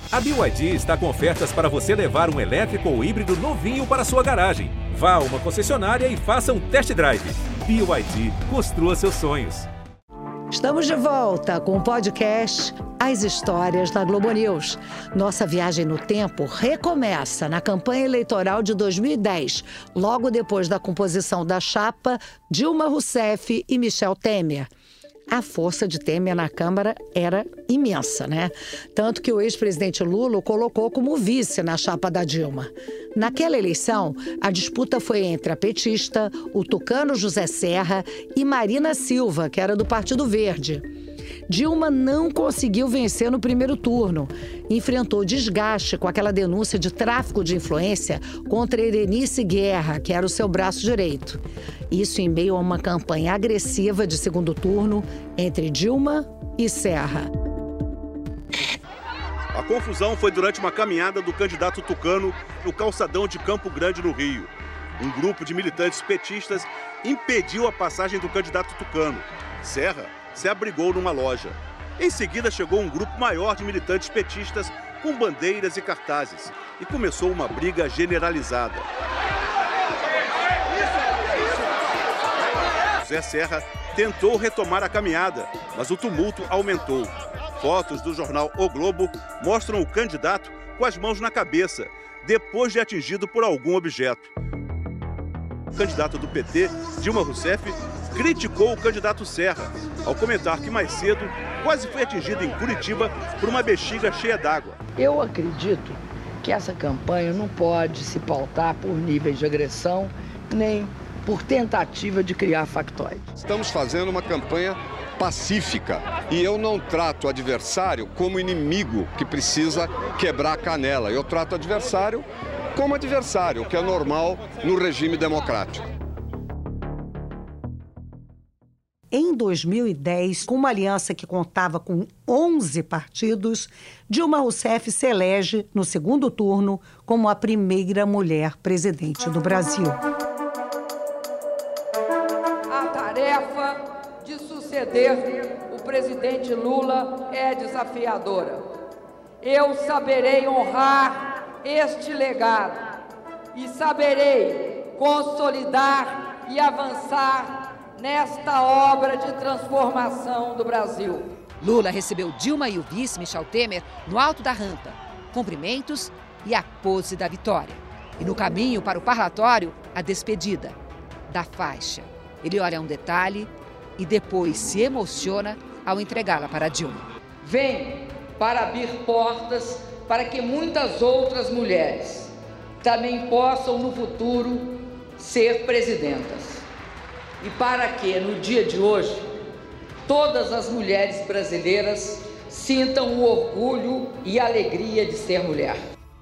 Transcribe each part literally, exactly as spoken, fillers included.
A B Y D está com ofertas para você levar um elétrico ou híbrido novinho para sua garagem. Vá a uma concessionária e faça um test drive. B Y D, construa seus sonhos. Estamos de volta com o podcast As Histórias da Globo News. Nossa viagem no tempo recomeça na campanha eleitoral de dois mil e dez, logo depois da composição da chapa Dilma Rousseff e Michel Temer. A força de Temer na Câmara era imensa, né? Tanto que o ex-presidente Lula o colocou como vice na chapa da Dilma. Naquela eleição, a disputa foi entre a petista, o tucano José Serra e Marina Silva, que era do Partido Verde. Dilma não conseguiu vencer no primeiro turno. Enfrentou desgaste com aquela denúncia de tráfico de influência contra Erenice Guerra, que era o seu braço direito. Isso em meio a uma campanha agressiva de segundo turno entre Dilma e Serra. A confusão foi durante uma caminhada do candidato tucano no calçadão de Campo Grande, no Rio. Um grupo de militantes petistas impediu a passagem do candidato tucano. Serra se abrigou numa loja. Em seguida, chegou um grupo maior de militantes petistas com bandeiras e cartazes e começou uma briga generalizada. José Serra tentou retomar a caminhada, mas o tumulto aumentou. Fotos do jornal O Globo mostram o candidato com as mãos na cabeça, depois de atingido por algum objeto. O candidato do P T, Dilma Rousseff, criticou o candidato Serra, ao comentar que mais cedo quase foi atingido em Curitiba por uma bexiga cheia d'água. Eu acredito que essa campanha não pode se pautar por níveis de agressão, nem por tentativa de criar factóides. Estamos fazendo uma campanha pacífica e eu não trato o adversário como inimigo que precisa quebrar a canela. Eu trato o adversário como adversário, o que é normal no regime democrático. Em dois mil e dez, com uma aliança que contava com onze partidos, Dilma Rousseff se elege no segundo turno como a primeira mulher presidente do Brasil. A tarefa de suceder o presidente Lula é desafiadora. Eu saberei honrar este legado e saberei consolidar e avançar nesta obra de transformação do Brasil. Lula recebeu Dilma e o vice Michel Temer no alto da rampa, cumprimentos e a pose da vitória. E no caminho para o parlatório, a despedida da faixa. Ele olha um detalhe e depois se emociona ao entregá-la para Dilma. Vem para abrir portas para que muitas outras mulheres também possam no futuro ser presidentas. E para que, no dia de hoje, todas as mulheres brasileiras sintam o orgulho e a alegria de ser mulher.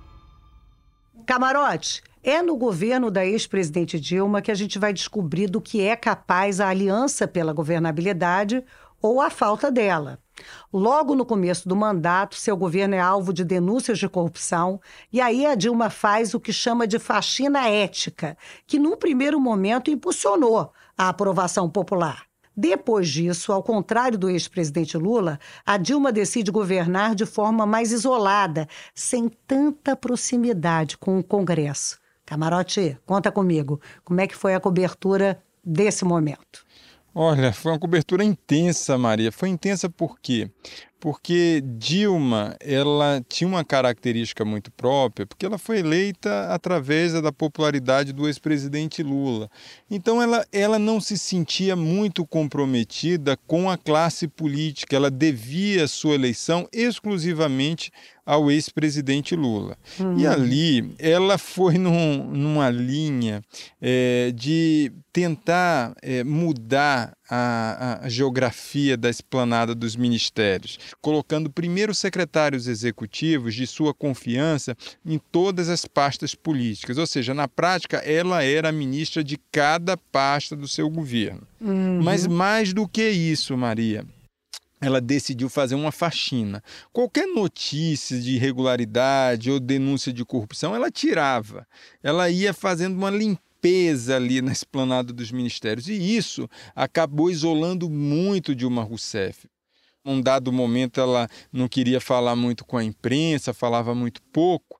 Camarote, é no governo da ex-presidente Dilma que a gente vai descobrir do que é capaz a aliança pela governabilidade ou a falta dela. Logo no começo do mandato, seu governo é alvo de denúncias de corrupção e aí a Dilma faz o que chama de faxina ética, que num primeiro momento impulsionou a aprovação popular. Depois disso, ao contrário do ex-presidente Lula, a Dilma decide governar de forma mais isolada, sem tanta proximidade com o Congresso. Camarote, conta comigo, como é que foi a cobertura desse momento? Olha, foi uma cobertura intensa, Maria. Foi intensa por quê? Porque Dilma, ela tinha uma característica muito própria, porque ela foi eleita através da popularidade do ex-presidente Lula. Então, ela, ela não se sentia muito comprometida com a classe política, ela devia sua eleição exclusivamente ao ex-presidente Lula. Uhum. E ali, ela foi num, numa linha é, de tentar é, mudar a, a geografia da esplanada dos ministérios, colocando primeiro secretários executivos de sua confiança em todas as pastas políticas. Ou seja, na prática, ela era a ministra de cada pasta do seu governo. Uhum. Mas mais do que isso, Maria, ela decidiu fazer uma faxina. Qualquer notícia de irregularidade ou denúncia de corrupção, ela tirava. Ela ia fazendo uma limpeza ali na esplanada dos ministérios. E isso acabou isolando muito Dilma Rousseff. Num dado momento ela não queria falar muito com a imprensa, falava muito pouco,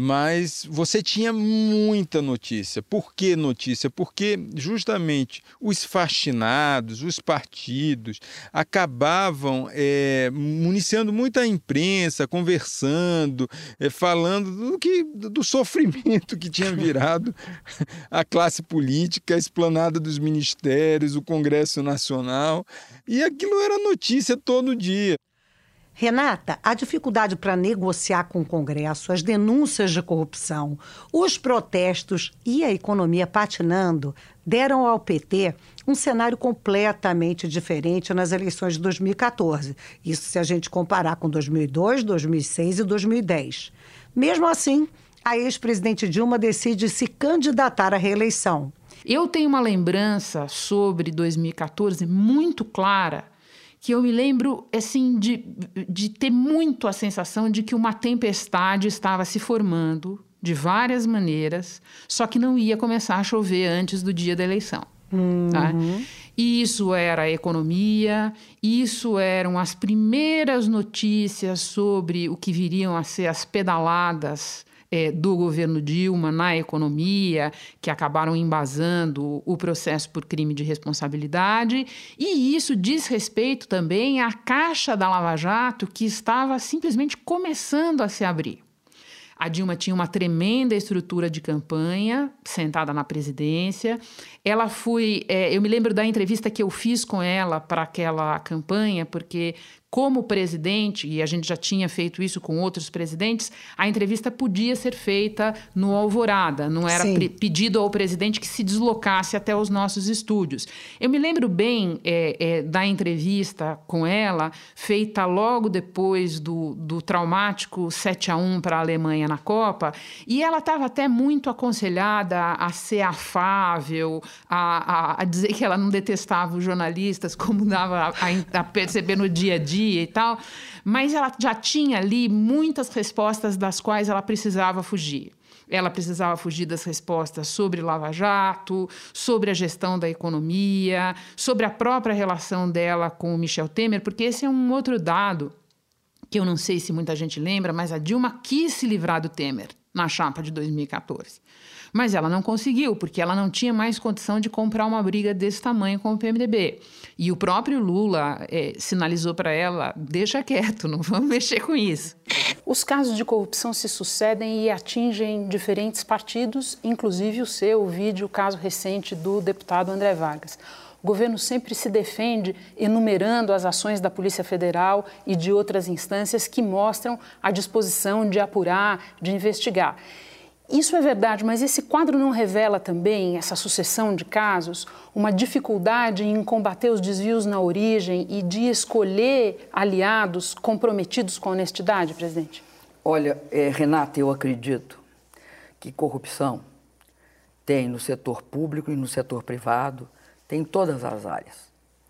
mas você tinha muita notícia. Por que notícia? Porque justamente os fascinados, os partidos, acabavam é, municiando muito a imprensa, conversando, é, falando do, que, do sofrimento que tinha virado a classe política, a esplanada dos ministérios, o Congresso Nacional, e aquilo era notícia todo dia. Renata, a dificuldade para negociar com o Congresso, as denúncias de corrupção, os protestos e a economia patinando deram ao P T um cenário completamente diferente nas eleições de dois mil e quatorze. Isso se a gente comparar com dois mil e dois, dois mil e seis e dois mil e dez. Mesmo assim, a ex-presidente Dilma decide se candidatar à reeleição. Eu tenho uma lembrança sobre dois mil e quatorze muito clara, que eu me lembro, assim, de, de ter muito a sensação de que uma tempestade estava se formando de várias maneiras, só que não ia começar a chover antes do dia da eleição. Uhum. Tá? Isso era a economia, isso eram as primeiras notícias sobre o que viriam a ser as pedaladas É, do governo Dilma na economia, que acabaram embasando o processo por crime de responsabilidade, e isso diz respeito também à caixa da Lava Jato, que estava simplesmente começando a se abrir. A Dilma tinha uma tremenda estrutura de campanha, sentada na presidência. Ela foi... É, eu me lembro da entrevista que eu fiz com ela para aquela campanha, porque como presidente, e a gente já tinha feito isso com outros presidentes, a entrevista podia ser feita no Alvorada, não era pre- pedido ao presidente que se deslocasse até os nossos estúdios. Eu me lembro bem é, é, da entrevista com ela, feita logo depois do, do traumático sete a um para a Alemanha na Copa, e ela estava até muito aconselhada a ser afável, a, a, a dizer que ela não detestava os jornalistas, como dava a, a perceber no dia a dia, e tal, mas ela já tinha ali muitas respostas das quais ela precisava fugir. Ela precisava fugir das respostas sobre Lava Jato, sobre a gestão da economia, sobre a própria relação dela com o Michel Temer, porque esse é um outro dado que eu não sei se muita gente lembra, mas a Dilma quis se livrar do Temer na chapa de dois mil e quatorze. Mas ela não conseguiu, porque ela não tinha mais condição de comprar uma briga desse tamanho com o P M D B. E o próprio Lula é, sinalizou para ela, deixa quieto, não vamos mexer com isso. Os casos de corrupção se sucedem e atingem diferentes partidos, inclusive o seu, o vídeo, o caso recente do deputado André Vargas. O governo sempre se defende enumerando as ações da Polícia Federal e de outras instâncias que mostram a disposição de apurar, de investigar. Isso é verdade, mas esse quadro não revela também, essa sucessão de casos, uma dificuldade em combater os desvios na origem e de escolher aliados comprometidos com a honestidade, presidente? Olha, é, Renata, eu acredito que corrupção tem no setor público e no setor privado, tem em todas as áreas.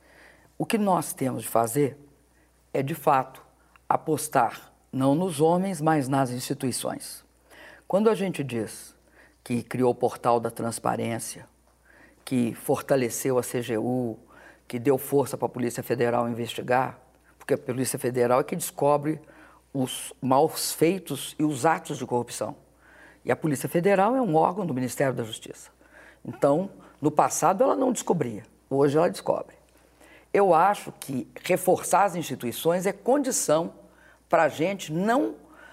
O que nós temos de fazer é, de fato, apostar não nos homens, mas nas instituições. Quando a gente diz que criou o portal da transparência, que fortaleceu a C G U, que deu força para a Polícia Federal investigar, porque a Polícia Federal é que descobre os maus feitos e os atos de corrupção. E a Polícia Federal é um órgão do Ministério da Justiça. Então, no passado ela não descobria, hoje ela descobre. Eu acho que reforçar as instituições é condição para a gente não...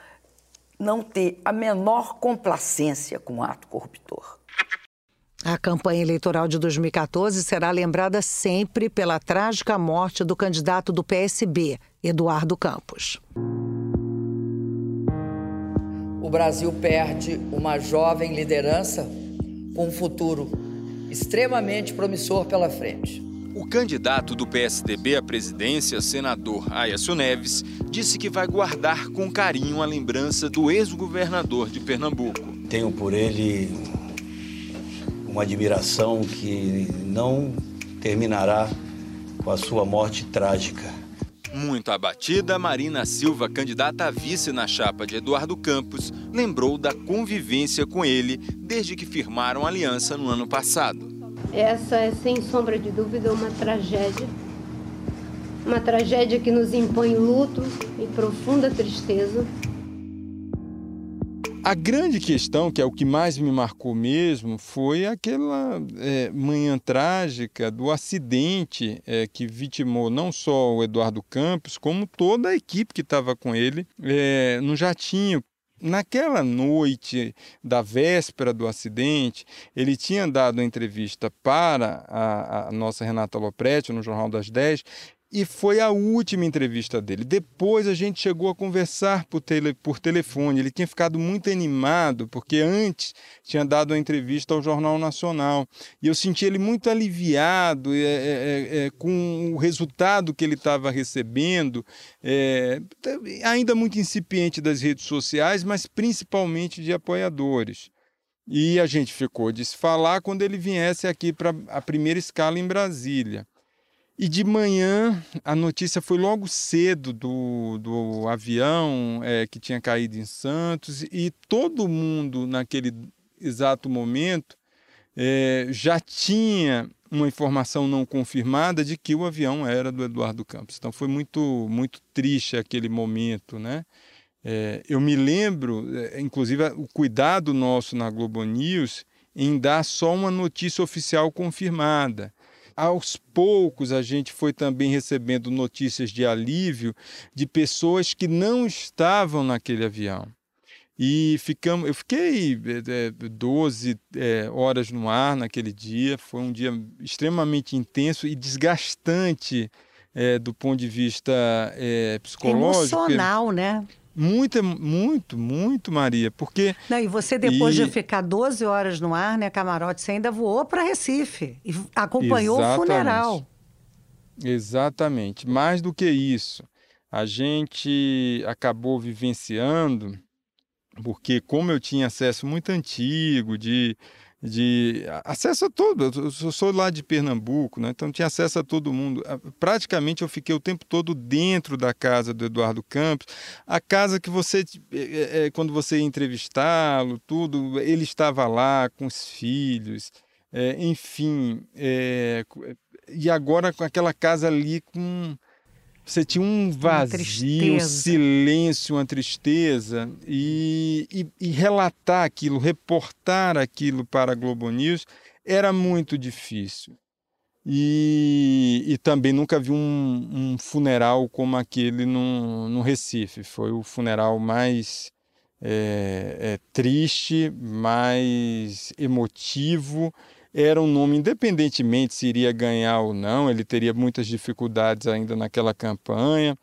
não ter a menor complacência com o ato corruptor. A campanha eleitoral de dois mil e quatorze será lembrada sempre pela trágica morte do candidato do P S B, Eduardo Campos. O Brasil perde uma jovem liderança com um futuro extremamente promissor pela frente. O candidato do P S D B à presidência, senador Aécio Neves, disse que vai guardar com carinho a lembrança do ex-governador de Pernambuco. Tenho por ele uma admiração que não terminará com a sua morte trágica. Muito abatida, Marina Silva, candidata a vice na chapa de Eduardo Campos, lembrou da convivência com ele desde que firmaram aliança no ano passado. Essa é, sem sombra de dúvida, uma tragédia Uma tragédia que nos impõe luto e profunda tristeza. A grande questão, que é o que mais me marcou mesmo, foi aquela é, manhã trágica do acidente é, que vitimou não só o Eduardo Campos, como toda a equipe que estava com ele é, no jatinho. Naquela noite da véspera do acidente, ele tinha dado uma entrevista para a, a nossa Renata Lopretti no Jornal das dez, e foi a última entrevista dele. Depois a gente chegou a conversar por, tele, por telefone. Ele tinha ficado muito animado, porque antes tinha dado uma entrevista ao Jornal Nacional. E eu senti ele muito aliviado é, é, é, com o resultado que ele estava recebendo, é, ainda muito incipiente das redes sociais, mas principalmente de apoiadores. E a gente ficou de se falar quando ele viesse aqui para a primeira escala em Brasília. E de manhã, a notícia foi logo cedo do, do avião é, que tinha caído em Santos, e todo mundo, naquele exato momento, é, já tinha uma informação não confirmada de que o avião era do Eduardo Campos. Então foi muito, muito triste aquele momento, né? É, eu me lembro, é, inclusive, o cuidado nosso na Globo News em dar só uma notícia oficial confirmada. Aos poucos, a gente foi também recebendo notícias de alívio de pessoas que não estavam naquele avião. E ficamos, eu fiquei é, doze é, horas no ar naquele dia. Foi um dia extremamente intenso e desgastante é, do ponto de vista é, psicológico. Emocional, né? Muito, muito, muito, Maria, porque... Não, e você, depois e... de ficar doze horas no ar, né, Camarote, você ainda voou para Recife e acompanhou Exatamente. o funeral. Exatamente. Mais do que isso, a gente acabou vivenciando, porque como eu tinha acesso muito antigo, de... de acesso a todo, eu sou lá de Pernambuco, né? Então tinha acesso a todo mundo. Praticamente eu fiquei o tempo todo dentro da casa do Eduardo Campos, a casa que você, é, é, quando você ia entrevistá-lo, tudo, ele estava lá com os filhos, é, enfim, é, e agora com aquela casa ali com... Você tinha um vazio, um silêncio, uma tristeza, e, e, e relatar aquilo, reportar aquilo para a Globo News era muito difícil. E, e também nunca vi um, um funeral como aquele no, no Recife. Foi o funeral mais é, é, triste, mais emotivo. Era um nome, independentemente se iria ganhar ou não, ele teria muitas dificuldades ainda naquela campanha,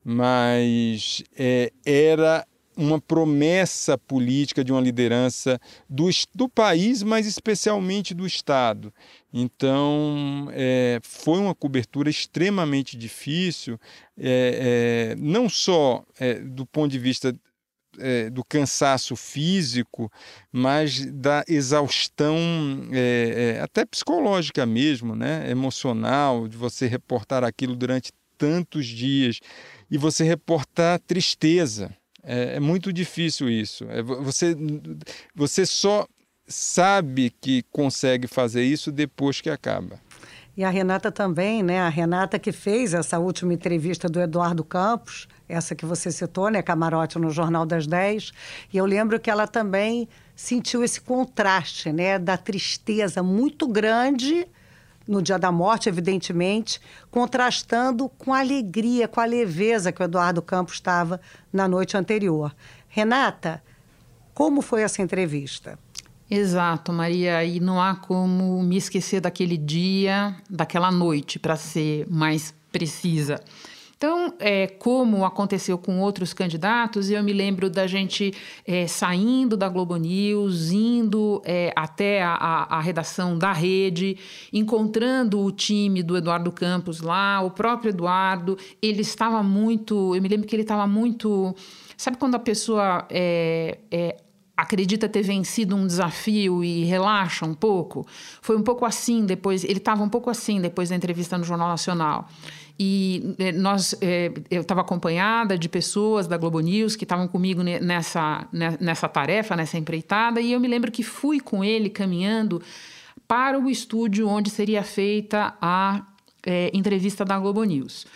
mas é, era uma promessa política de uma liderança do, do país, mas especialmente do Estado. Então, é, foi uma cobertura extremamente difícil, é, é, não só é, do ponto de vista É, do cansaço físico, mas da exaustão é, é, até psicológica mesmo, né? Emocional, de você reportar aquilo durante tantos dias e você reportar tristeza. É, é muito difícil isso. É, você, você só sabe que consegue fazer isso depois que acaba. E a Renata também, né? A Renata que fez essa última entrevista do Eduardo Campos, essa que você citou, né? Camarote no Jornal das dez. E eu lembro que ela também sentiu esse contraste, né? Da tristeza muito grande no dia da morte, evidentemente, contrastando com a alegria, com a leveza que o Eduardo Campos estava na noite anterior. Renata, como foi essa entrevista? Exato, Maria, e não há como me esquecer daquele dia, daquela noite, para ser mais precisa. Então, é, como aconteceu com outros candidatos, eu me lembro da gente é, saindo da Globo News, indo é, até a, a, a redação da Rede, encontrando o time do Eduardo Campos lá, o próprio Eduardo, ele estava muito... Eu me lembro que ele estava muito... Sabe quando a pessoa... É, é, acredita ter vencido um desafio e relaxa um pouco? Foi um pouco assim depois, ele estava um pouco assim depois da entrevista no Jornal Nacional. E nós, eu estava acompanhada de pessoas da Globo News que estavam comigo nessa, nessa tarefa, nessa empreitada, e eu me lembro que fui com ele caminhando para o estúdio onde seria feita a é, entrevista da Globo News.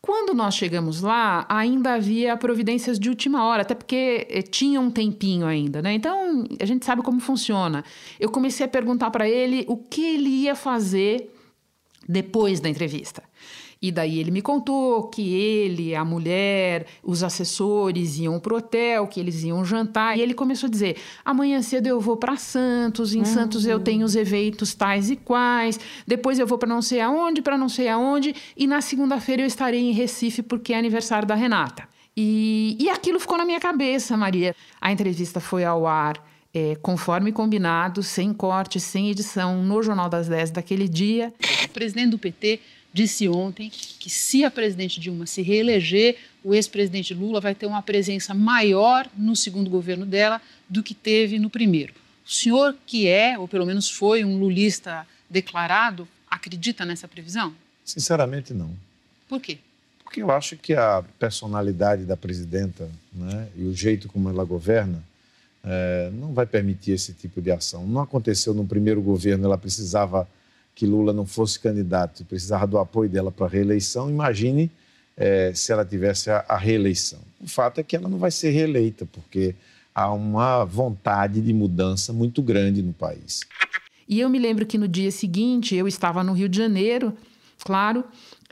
Quando nós chegamos lá, ainda havia providências de última hora, até porque eh, tinha um tempinho ainda, né? Então, a gente sabe como funciona. Eu comecei a perguntar para ele o que ele ia fazer depois da entrevista. E daí ele me contou que ele, a mulher, os assessores iam pro hotel, que eles iam jantar. E ele começou a dizer, amanhã cedo eu vou para Santos, em uhum. Santos eu tenho os eventos tais e quais, depois eu vou para não sei aonde, para não sei aonde, e na segunda-feira eu estarei em Recife porque é aniversário da Renata. E, e aquilo ficou na minha cabeça, Maria. A entrevista foi ao ar é, conforme combinado, sem corte, sem edição, no Jornal das dez daquele dia. O presidente do P T disse ontem que se a presidente Dilma se reeleger, o ex-presidente Lula vai ter uma presença maior no segundo governo dela do que teve no primeiro. O senhor, que é, ou pelo menos foi, um lulista declarado, acredita nessa previsão? Sinceramente, não. Por quê? Porque eu acho que a personalidade da presidenta, né, e o jeito como ela governa é, não vai permitir esse tipo de ação. Não aconteceu no primeiro governo, ela precisava que Lula não fosse candidato e precisava do apoio dela para a reeleição. Imagine é, se ela tivesse a, a reeleição. O fato é que ela não vai ser reeleita, porque há uma vontade de mudança muito grande no país. E eu me lembro que no dia seguinte eu estava no Rio de Janeiro, claro,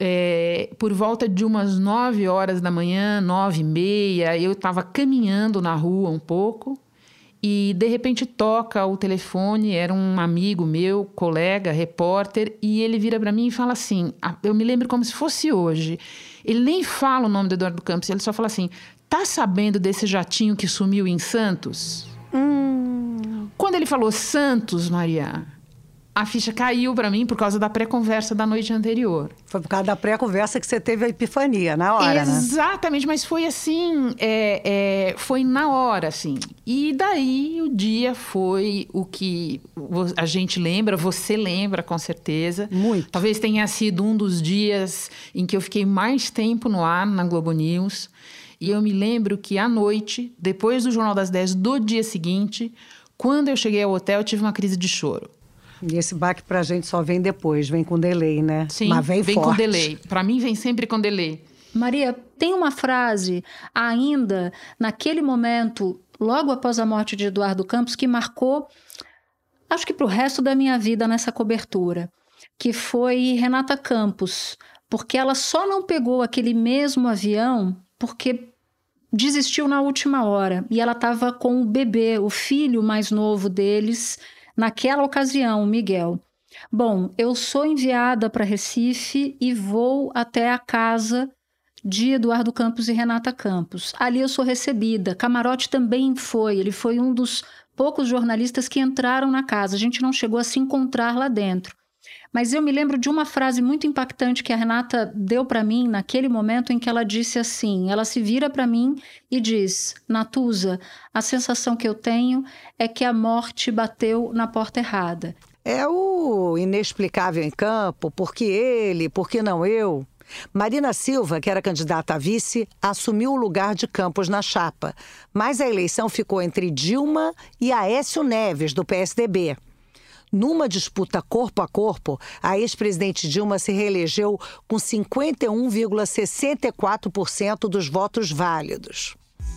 é, por volta de umas nove horas da manhã, nove e meia, eu estava caminhando na rua um pouco. E, de repente, toca o telefone, era um amigo meu, colega, repórter, e ele vira para mim e fala assim, eu me lembro como se fosse hoje, ele nem fala o nome do Eduardo Campos, ele só fala assim, tá sabendo desse jatinho que sumiu em Santos? Hum. Quando ele falou Santos, Maria, a ficha caiu para mim por causa da pré-conversa da noite anterior. Foi por causa da pré-conversa que você teve a epifania, na hora, né? Exatamente, mas foi assim, é, é, foi na hora, assim. E daí o dia foi o que a gente lembra, você lembra com certeza. Muito. Talvez tenha sido um dos dias em que eu fiquei mais tempo no ar na Globo News. E eu me lembro que à noite, depois do Jornal das dez do dia seguinte, quando eu cheguei ao hotel, eu tive uma crise de choro. E esse baque pra gente só vem depois, vem com delay, né? Sim, mas vem, vem forte. com delay. Pra mim, vem sempre com delay. Maria, tem uma frase ainda naquele momento, logo após a morte de Eduardo Campos, que marcou, acho que pro resto da minha vida nessa cobertura, que foi Renata Campos, porque ela só não pegou aquele mesmo avião porque desistiu na última hora. E ela estava com o bebê, o filho mais novo deles, naquela ocasião, o Miguel. Bom, eu sou enviada para Recife e vou até a casa de Eduardo Campos e Renata Campos. Ali eu sou recebida. Camarote também foi. Ele foi um dos poucos jornalistas que entraram na casa. A gente não chegou a se encontrar lá dentro. Mas eu me lembro de uma frase muito impactante que a Renata deu para mim naquele momento em que ela disse assim, ela se vira para mim e diz, Natuza, a sensação que eu tenho é que a morte bateu na porta errada. É o inexplicável em campo, por que ele, por que não eu? Marina Silva, que era candidata a vice, assumiu o lugar de Campos na chapa, mas a eleição ficou entre Dilma e Aécio Neves, do P S D B. Numa disputa corpo a corpo, a ex-presidente Dilma se reelegeu com cinquenta e um vírgula sessenta e quatro por cento dos votos válidos.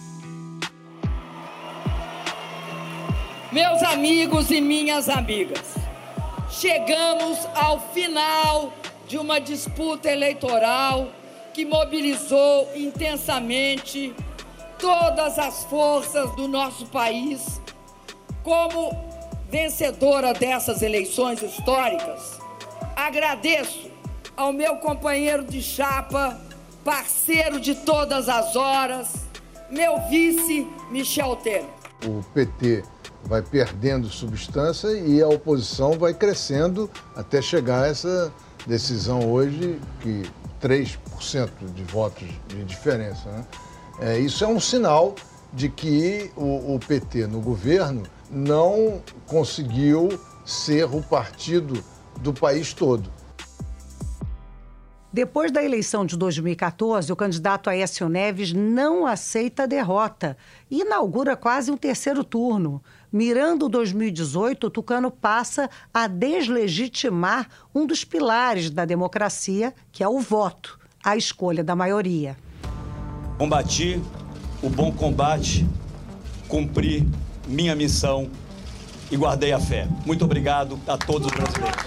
Meus amigos e minhas amigas, chegamos ao final de uma disputa eleitoral que mobilizou intensamente todas as forças do nosso país. Como vencedora dessas eleições históricas, agradeço ao meu companheiro de chapa, parceiro de todas as horas, meu vice, Michel Temer. O P T vai perdendo substância e a oposição vai crescendo até chegar a essa decisão hoje, que três por cento de votos de diferença, né? É, isso é um sinal de que o, o P T no governo não conseguiu ser o partido do país todo. Depois da eleição de dois mil e quatorze, o candidato Aécio Neves não aceita a derrota e inaugura quase um terceiro turno. Mirando dois mil e dezoito, o tucano passa a deslegitimar um dos pilares da democracia, que é o voto. a escolha da maioria. Combati o bom combate, cumpri minha missão e guardei a fé. Muito obrigado a todos os brasileiros.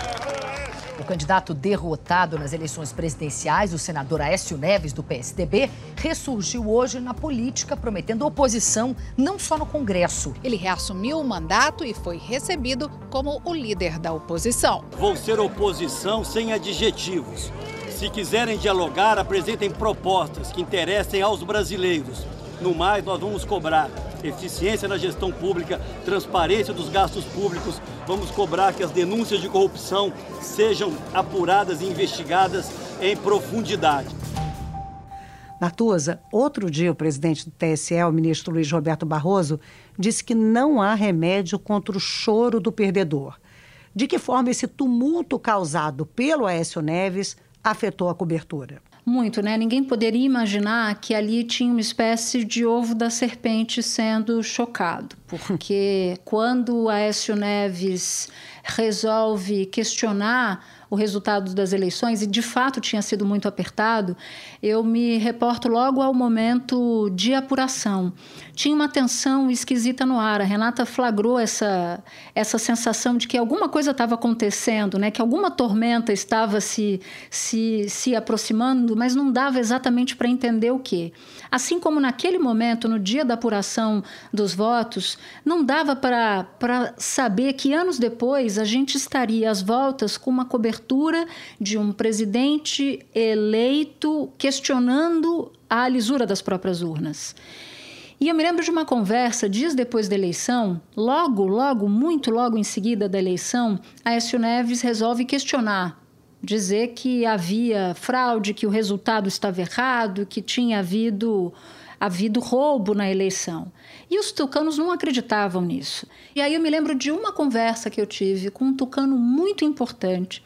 O candidato derrotado nas eleições presidenciais, o senador Aécio Neves, do P S D B, ressurgiu hoje na política, prometendo oposição não só no Congresso. Ele reassumiu o mandato e foi recebido como o líder da oposição. Vou ser oposição sem adjetivos. Se quiserem dialogar, apresentem propostas que interessem aos brasileiros. No mais, nós vamos cobrar eficiência na gestão pública, transparência dos gastos públicos. Vamos cobrar que as denúncias de corrupção sejam apuradas e investigadas em profundidade. Natuza, outro dia o presidente do T S E, o ministro Luiz Roberto Barroso, disse que não há remédio contra o choro do perdedor. De que forma esse tumulto causado pelo Aécio Neves afetou a cobertura? Muito, né? Ninguém poderia imaginar que ali tinha uma espécie de ovo da serpente sendo chocado, porque quando Aécio Neves resolve questionar o resultado das eleições, e de fato tinha sido muito apertado, eu me reporto logo ao momento de apuração. Tinha uma tensão esquisita no ar. A Renata flagrou essa, essa sensação de que alguma coisa estava acontecendo, né? Que alguma tormenta estava se, se, se aproximando, mas não dava exatamente para entender o quê. Assim como naquele momento, no dia da apuração dos votos, não dava para saber que anos depois a gente estaria às voltas com uma cobertura de um presidente eleito questionando a lisura das próprias urnas. E eu me lembro de uma conversa dias depois da eleição, logo, logo, muito logo em seguida da eleição, Aécio Neves resolve questionar, dizer que havia fraude, que o resultado estava errado, que tinha havido, havido roubo na eleição. E os tucanos não acreditavam nisso. E aí eu me lembro de uma conversa que eu tive com um tucano muito importante,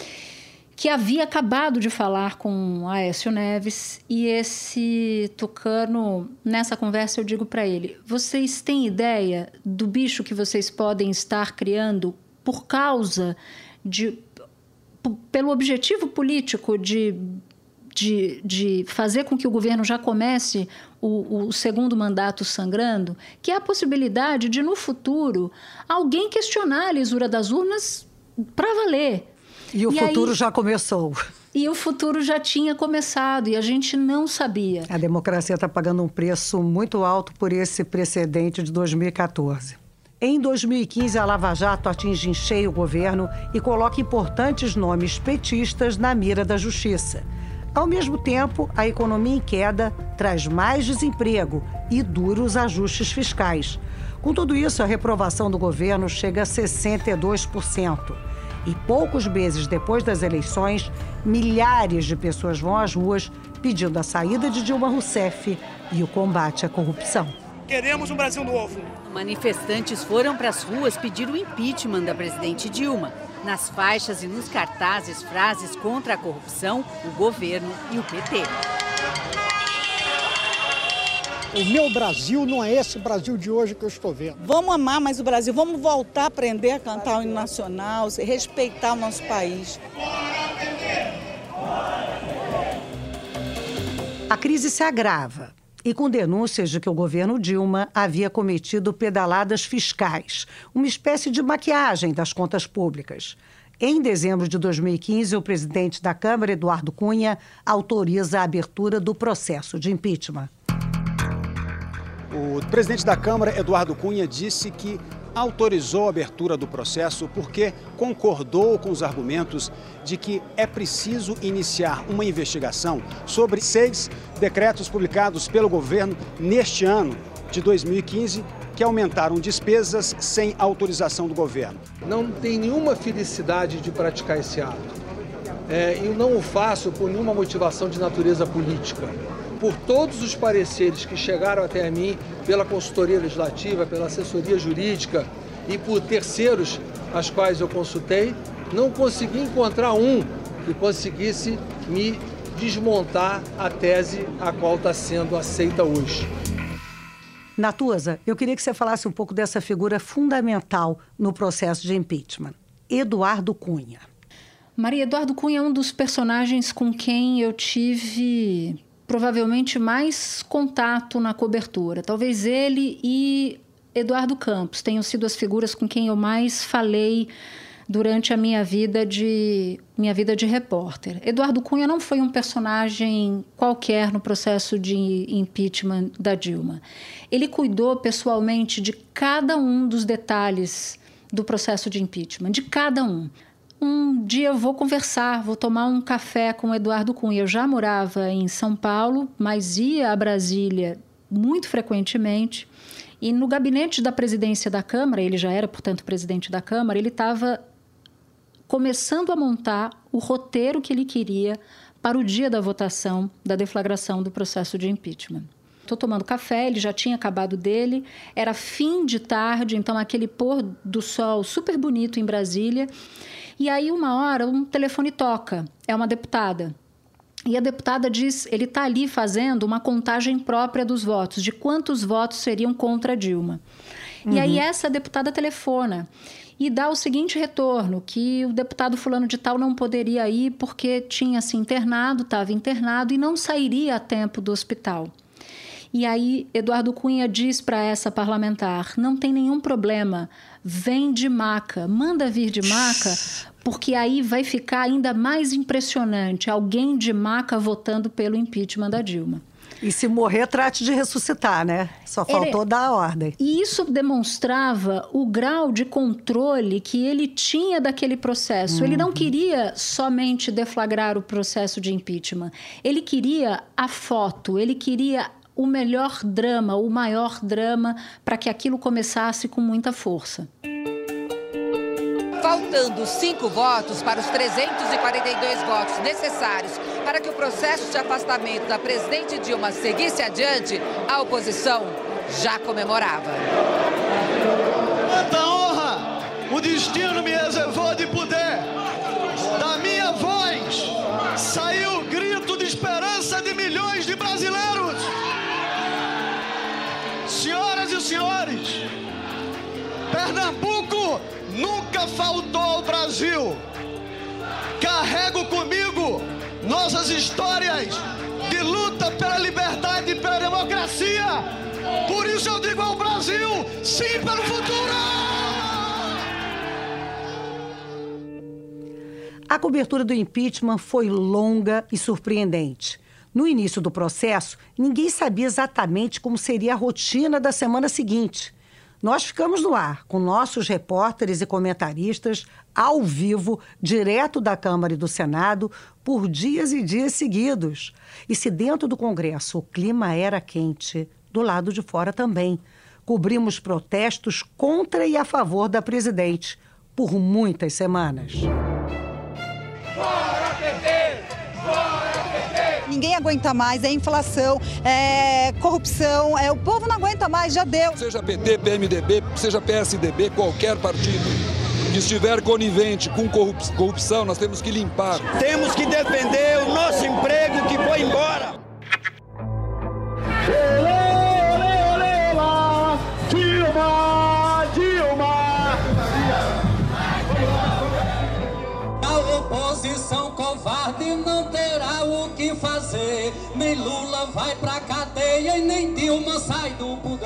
que havia acabado de falar com Aécio Neves, e esse tucano, nessa conversa eu digo para ele, vocês têm ideia do bicho que vocês podem estar criando por causa de, pelo objetivo político de, de, de fazer com que o governo já comece o, o segundo mandato sangrando, que é a possibilidade de, no futuro, alguém questionar a lisura das urnas para valer. E o e futuro aí, já começou. E o futuro já tinha começado e a gente não sabia. A democracia está pagando um preço muito alto por esse precedente de dois mil e quatorze. Em dois mil e quinze, a Lava Jato atinge em cheio o governo e coloca importantes nomes petistas na mira da justiça. Ao mesmo tempo, a economia em queda traz mais desemprego e duros ajustes fiscais. Com tudo isso, a reprovação do governo chega a sessenta e dois por cento. E poucos meses depois das eleições, milhares de pessoas vão às ruas pedindo a saída de Dilma Rousseff e o combate à corrupção. Queremos um Brasil novo. Manifestantes foram para as ruas pedir o impeachment da presidente Dilma. Nas faixas e nos cartazes, frases contra a corrupção, o governo e o P T. O meu Brasil não é esse Brasil de hoje que eu estou vendo. Vamos amar mais o Brasil, vamos voltar a aprender a cantar o hino nacional, respeitar o nosso país. A crise se agrava e com denúncias de que o governo Dilma havia cometido pedaladas fiscais, uma espécie de maquiagem das contas públicas. Em dezembro de dois mil e quinze, o presidente da Câmara, Eduardo Cunha, autoriza a abertura do processo de impeachment. O presidente da Câmara, Eduardo Cunha, disse que autorizou a abertura do processo porque concordou com os argumentos de que é preciso iniciar uma investigação sobre seis decretos publicados pelo governo neste ano de dois mil e quinze que aumentaram despesas sem autorização do governo. Não tem nenhuma felicidade de praticar esse ato. É, eu não o faço por nenhuma motivação de natureza política. Por todos os pareceres que chegaram até a mim pela consultoria legislativa, pela assessoria jurídica e por terceiros as quais eu consultei, não consegui encontrar um que conseguisse me desmontar a tese a qual está sendo aceita hoje. Natuza, eu queria que você falasse um pouco dessa figura fundamental no processo de impeachment, Eduardo Cunha. Maria, Eduardo Cunha é um dos personagens com quem eu tive provavelmente mais contato na cobertura. Talvez ele e Eduardo Campos tenham sido as figuras com quem eu mais falei durante a minha vida de, minha vida de repórter. Eduardo Cunha não foi um personagem qualquer no processo de impeachment da Dilma. Ele cuidou pessoalmente de cada um dos detalhes do processo de impeachment, de cada um. Um dia eu vou conversar, vou tomar um café com o Eduardo Cunha. Eu já morava em São Paulo, mas ia a Brasília muito frequentemente. E no gabinete da presidência da Câmara, ele já era, portanto, presidente da Câmara, ele estava começando a montar o roteiro que ele queria para o dia da votação, da deflagração do processo de impeachment. Estou tomando café, ele já tinha acabado dele, era fim de tarde, então aquele pôr do sol super bonito em Brasília. E aí, uma hora, um telefone toca, é uma deputada. E a deputada diz, ele está ali fazendo uma contagem própria dos votos, de quantos votos seriam contra a Dilma. Uhum. E aí essa deputada telefona e dá o seguinte retorno, que o deputado fulano de tal não poderia ir porque tinha se internado, estava internado e não sairia a tempo do hospital. E aí Eduardo Cunha diz para essa parlamentar, não tem nenhum problema, vem de maca, manda vir de maca, porque aí vai ficar ainda mais impressionante, alguém de maca votando pelo impeachment da Dilma. E se morrer, trate de ressuscitar, né? Só faltou ele... dar a ordem. E isso demonstrava o grau de controle que ele tinha daquele processo. Uhum. Ele não queria somente deflagrar o processo de impeachment. Ele queria a foto, ele queria o melhor drama, o maior drama, para que aquilo começasse com muita força. Faltando cinco votos para os trezentos e quarenta e dois votos necessários para que o processo de afastamento da presidente Dilma seguisse adiante, a oposição já comemorava. Quanta honra o destino me reservou de poder. Da minha voz saiu o grito de esperança de milhões de brasileiros. Senhoras e senhores, Pernambuco nunca faltou ao Brasil. Carrego comigo nossas histórias de luta pela liberdade e pela democracia. Por isso eu digo ao Brasil, sim pelo futuro! A cobertura do impeachment foi longa e surpreendente. No início do processo, ninguém sabia exatamente como seria a rotina da semana seguinte. Nós ficamos no ar com nossos repórteres e comentaristas ao vivo, direto da Câmara e do Senado, por dias e dias seguidos. E se dentro do Congresso o clima era quente, do lado de fora também. Cobrimos protestos contra e a favor da presidente por muitas semanas. Fora P T! Fora P T! Ninguém aguenta mais, é inflação, é corrupção, é, o povo não aguenta mais, já deu. Seja P T, P M D B, seja P S D B, qualquer partido que estiver conivente com corrupção, nós temos que limpar. Temos que defender o nosso emprego que foi embora. Olê, olê, olê, lá. Dilma, Dilma. A oposição covarde não terá o que fazer. Nem Lula vai pra cadeia e nem Dilma sai do poder.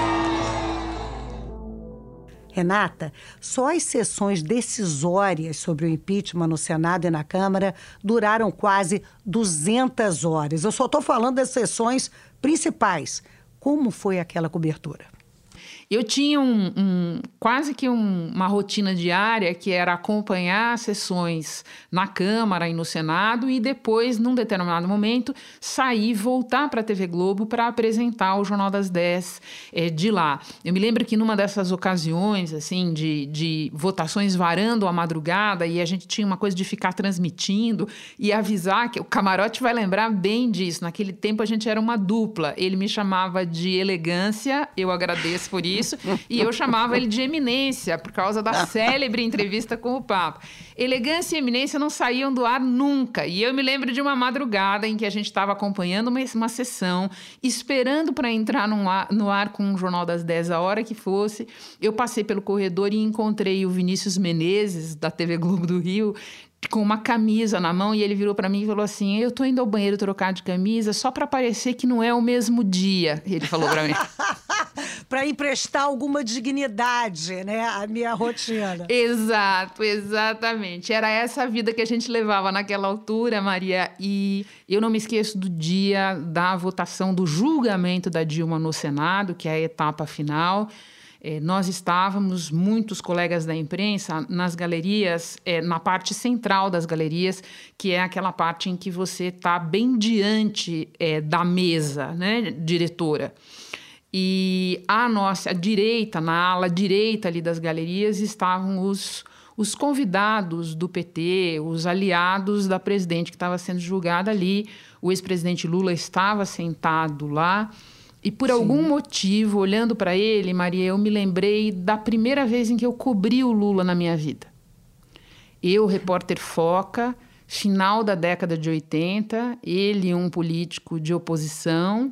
Renata, só as sessões decisórias sobre o impeachment no Senado e na Câmara duraram quase duzentas horas. Eu só estou falando das sessões principais. Como foi aquela cobertura? Eu tinha um, um, quase que um, uma rotina diária que era acompanhar as sessões na Câmara e no Senado e depois, num determinado momento, sair e voltar para a T V Globo para apresentar o Jornal das dez é, de lá. Eu me lembro que numa dessas ocasiões, assim, de, de votações varando a madrugada e a gente tinha uma coisa de ficar transmitindo e avisar, que o Camarote vai lembrar bem disso. Naquele tempo a gente era uma dupla. Ele me chamava de Elegância, eu agradeço por isso. Isso, e eu chamava ele de Eminência, por causa da célebre entrevista com o Papa. Elegância e Eminência não saíam do ar nunca. E eu me lembro de uma madrugada em que a gente estava acompanhando uma, uma sessão, esperando para entrar no ar, no ar com o Jornal das dez, a hora que fosse. Eu passei pelo corredor e encontrei o Vinícius Menezes, da T V Globo do Rio, com uma camisa na mão, e ele virou para mim e falou assim: eu tô indo ao banheiro trocar de camisa só para parecer que não é o mesmo dia. Ele falou para mim. Para emprestar alguma dignidade, né, à minha rotina. Exato, exatamente. Era essa a vida que a gente levava naquela altura, Maria. E eu não me esqueço do dia da votação do julgamento da Dilma no Senado, que é a etapa final. É, nós estávamos, muitos colegas da imprensa, nas galerias, é, na parte central das galerias, que é aquela parte em que você está bem diante é, da mesa, né, diretora. E à nossa direita, na ala direita ali das galerias, estavam os, os convidados do P T, os aliados da presidente que estava sendo julgada ali. O ex-presidente Lula estava sentado lá. E por Sim. algum motivo, olhando para ele, Maria, eu me lembrei da primeira vez em que eu cobri o Lula na minha vida. Eu, repórter Foca, final da década de oitenta, ele um político de oposição,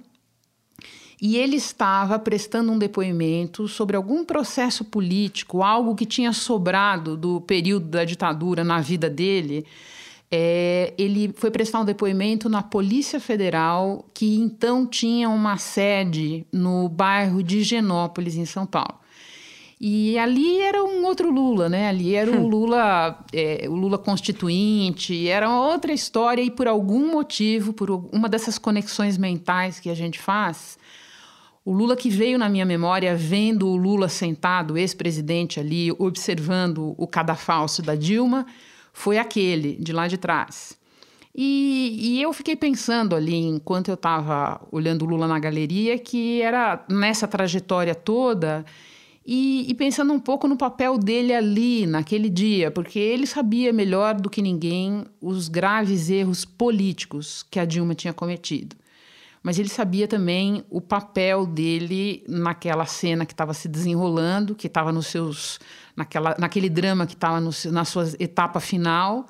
e ele estava prestando um depoimento sobre algum processo político, algo que tinha sobrado do período da ditadura na vida dele. É, ele foi prestar um depoimento na Polícia Federal, que então tinha uma sede no bairro de Higienópolis, em São Paulo. E ali era um outro Lula, né? Ali era o Lula, é, o Lula constituinte, era outra história, e por algum motivo, por uma dessas conexões mentais que a gente faz, o Lula que veio na minha memória, vendo o Lula sentado, ex-presidente ali, observando o cadafalso da Dilma, foi aquele, de lá de trás. E, e eu fiquei pensando ali, enquanto eu estava olhando o Lula na galeria, que era nessa trajetória toda, e, e pensando um pouco no papel dele ali, naquele dia, porque ele sabia melhor do que ninguém os graves erros políticos que a Dilma tinha cometido. Mas ele sabia também o papel dele naquela cena que estava se desenrolando, que estava nos seus, naquela, naquele drama que estava na sua etapa final.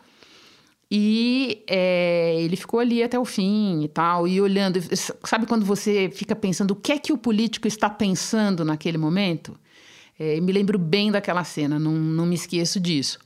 E é, ele ficou ali até o fim e tal, e olhando. Sabe quando você fica pensando o que é que o político está pensando naquele momento? É, me lembro bem daquela cena, não, não me esqueço disso.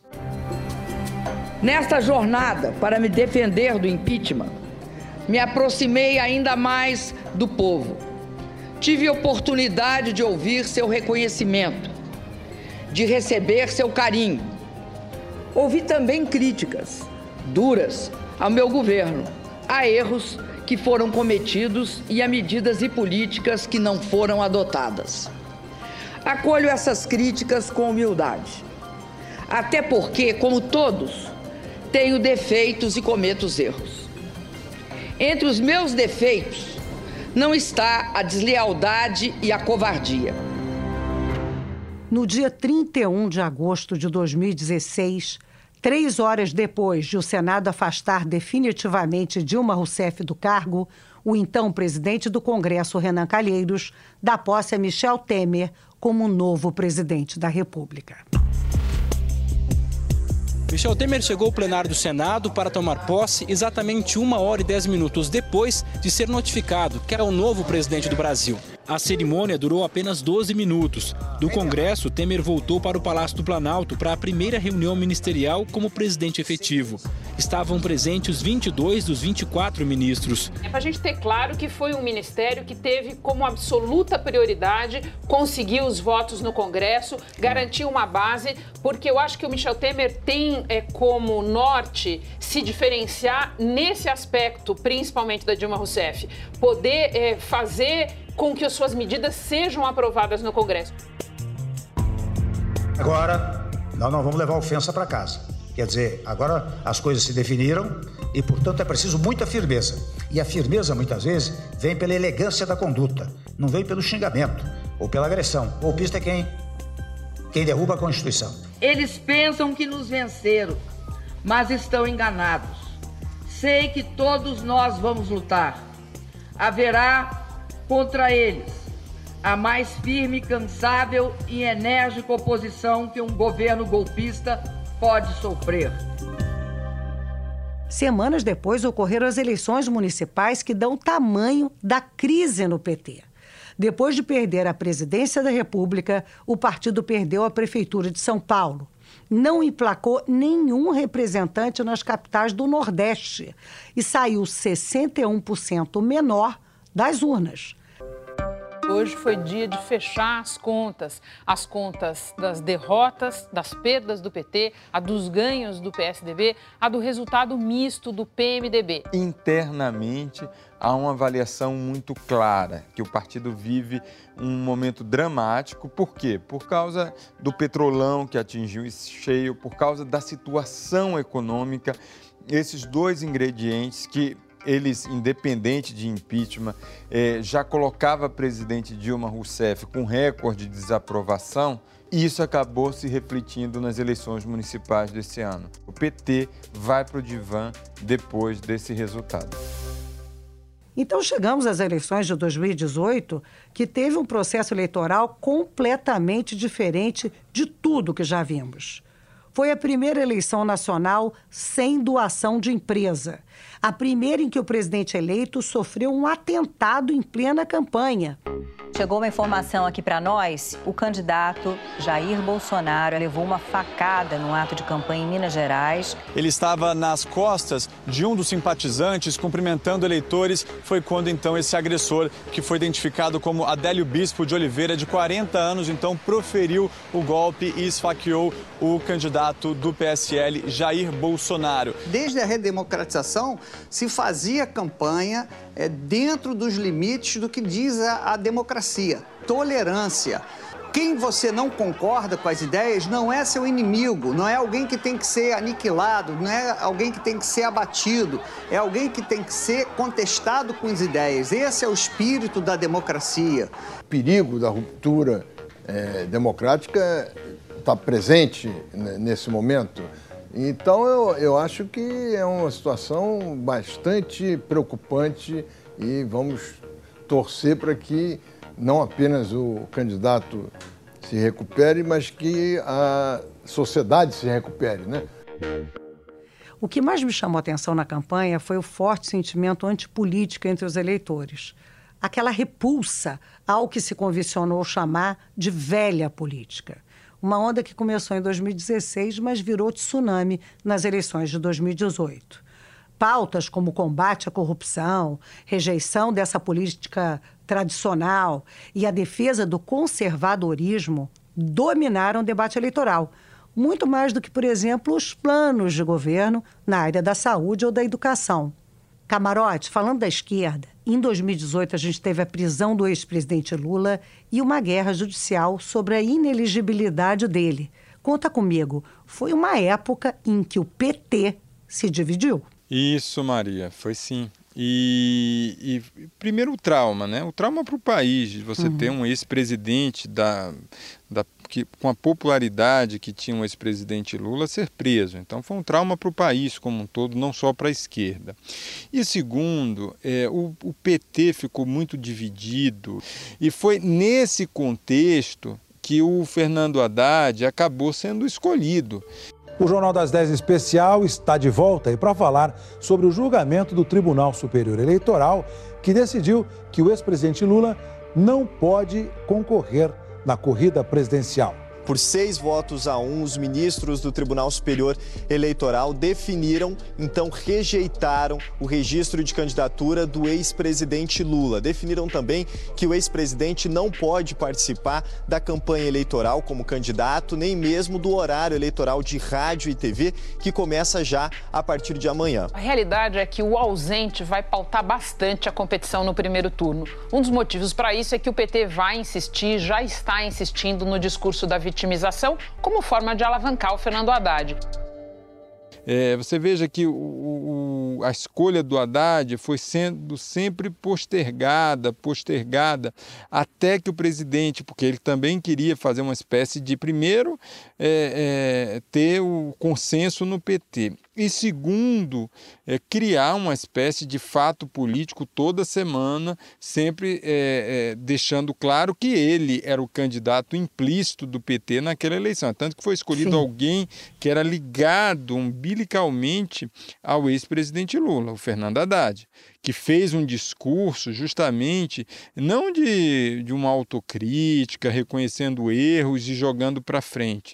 Nesta jornada para me defender do impeachment, me aproximei ainda mais do povo. Tive oportunidade de ouvir seu reconhecimento, de receber seu carinho. Ouvi também críticas duras ao meu governo, a erros que foram cometidos e a medidas e políticas que não foram adotadas. Acolho essas críticas com humildade, até porque, como todos, tenho defeitos e cometo erros. Entre os meus defeitos não está a deslealdade e a covardia. No dia trinta e um de agosto de dois mil e dezesseis, três horas depois de o Senado afastar definitivamente Dilma Rousseff do cargo, o então presidente do Congresso, Renan Calheiros, dá posse a Michel Temer como novo presidente da República. Michel Temer chegou ao plenário do Senado para tomar posse exatamente uma hora e dez minutos depois de ser notificado que era o novo presidente do Brasil. A cerimônia durou apenas doze minutos. Do Congresso, Temer voltou para o Palácio do Planalto para a primeira reunião ministerial como presidente efetivo. Estavam presentes vinte e dois dos vinte e quatro ministros. É para a gente ter claro que foi um ministério que teve como absoluta prioridade conseguir os votos no Congresso, garantir uma base, porque eu acho que o Michel Temer tem é, como norte se diferenciar nesse aspecto, principalmente da Dilma Rousseff, poder é, fazer com que as suas medidas sejam aprovadas no Congresso. Agora, nós não vamos levar ofensa para casa. Quer dizer, agora as coisas se definiram e, portanto, é preciso muita firmeza. E a firmeza, muitas vezes, vem pela elegância da conduta, não vem pelo xingamento ou pela agressão. O golpista é quem, quem derruba a Constituição. Eles pensam que nos venceram, mas estão enganados. Sei que todos nós vamos lutar. Haverá contra eles a mais firme, cansável e enérgica oposição que um governo golpista pode sofrer. Semanas depois ocorreram as eleições municipais que dão tamanho da crise no P T. Depois de perder a presidência da República, o partido perdeu a prefeitura de São Paulo. não emplacou nenhum representante nas capitais do Nordeste e saiu sessenta e um por cento menor das urnas. Hoje foi dia de fechar as contas, as contas das derrotas, das perdas do P T, a dos ganhos do P S D B, a do resultado misto do P M D B. Internamente, há uma avaliação muito clara que o partido vive um momento dramático. Por quê? Por causa do petrolão que atingiu esse cheio, por causa da situação econômica, esses dois ingredientes que eles, independente de impeachment, eh, já colocava a presidente Dilma Rousseff com recorde de desaprovação, e isso acabou se refletindo nas eleições municipais desse ano. O P T vai para o divã depois desse resultado. Então chegamos às eleições de dois mil e dezoito, que teve um processo eleitoral completamente diferente de tudo que já vimos. Foi a primeira eleição nacional sem doação de empresa. A primeira em que o presidente eleito sofreu um atentado em plena campanha. Chegou uma informação aqui para nós. O candidato Jair Bolsonaro levou uma facada no ato de campanha em Minas Gerais. Ele estava nas costas de um dos simpatizantes, cumprimentando eleitores. Foi quando, então, esse agressor, que foi identificado como Adélio Bispo de Oliveira, de quarenta anos, então, proferiu o golpe e esfaqueou o candidato do P S L, Jair Bolsonaro. Desde a redemocratização, se fazia campanha é, dentro dos limites do que diz a, a democracia. Tolerância. Quem você não concorda com as ideias não é seu inimigo, não é alguém que tem que ser aniquilado, não é alguém que tem que ser abatido, é alguém que tem que ser contestado com as ideias. Esse é o espírito da democracia. O perigo da ruptura é, democrática está presente nesse momento. Então, eu, eu acho que é uma situação bastante preocupante e vamos torcer para que não apenas o candidato se recupere, mas que a sociedade se recupere, né? O que mais me chamou a atenção na campanha foi o forte sentimento antipolítico entre os eleitores. Aquela repulsa ao que se convencionou chamar de velha política. Uma onda que começou em dois mil e dezesseis, mas virou tsunami nas eleições de dois mil e dezoito. Pautas como combate à corrupção, rejeição dessa política tradicional e a defesa do conservadorismo dominaram o debate eleitoral, muito mais do que, por exemplo, os planos de governo na área da saúde ou da educação. Camarote, falando da esquerda, em dois mil e dezoito a gente teve a prisão do ex-presidente Lula e uma guerra judicial sobre a inelegibilidade dele. Conta comigo, foi uma época em que o P T se dividiu. Isso, Maria, foi sim. E, e primeiro o trauma, né? O trauma para o país, de você uhum. ter um ex-presidente da, da, que, com a popularidade que tinha o ex-presidente Lula ser preso. Então foi um trauma para o país como um todo, não só para a esquerda. E segundo, é, o, o P T ficou muito dividido e foi nesse contexto que o Fernando Haddad acabou sendo escolhido. O Jornal das dez especial está de volta e para falar sobre o julgamento do Tribunal Superior Eleitoral que decidiu que o ex-presidente Lula não pode concorrer na corrida presidencial. Por seis votos a um, os ministros do Tribunal Superior Eleitoral definiram, então rejeitaram o registro de candidatura do ex-presidente Lula. Definiram também que o ex-presidente não pode participar da campanha eleitoral como candidato, nem mesmo do horário eleitoral de rádio e T V, que começa já a partir de amanhã. A realidade é que o ausente vai pautar bastante a competição no primeiro turno. Um dos motivos para isso é que o P T vai insistir, já está insistindo no discurso da vitimização como forma de alavancar o Fernando Haddad. É, você veja que o, o, a escolha do Haddad foi sendo sempre postergada, postergada, até que o presidente, porque ele também queria fazer uma espécie de, primeiro, é, é, ter o consenso no P T. E segundo, é, criar uma espécie de fato político toda semana, sempre é, é, deixando claro que ele era o candidato implícito do P T naquela eleição. Tanto que foi escolhido Sim. alguém que era ligado umbilicalmente ao ex-presidente Lula, o Fernando Haddad, que fez um discurso justamente não de, de uma autocrítica, reconhecendo erros e jogando para frente,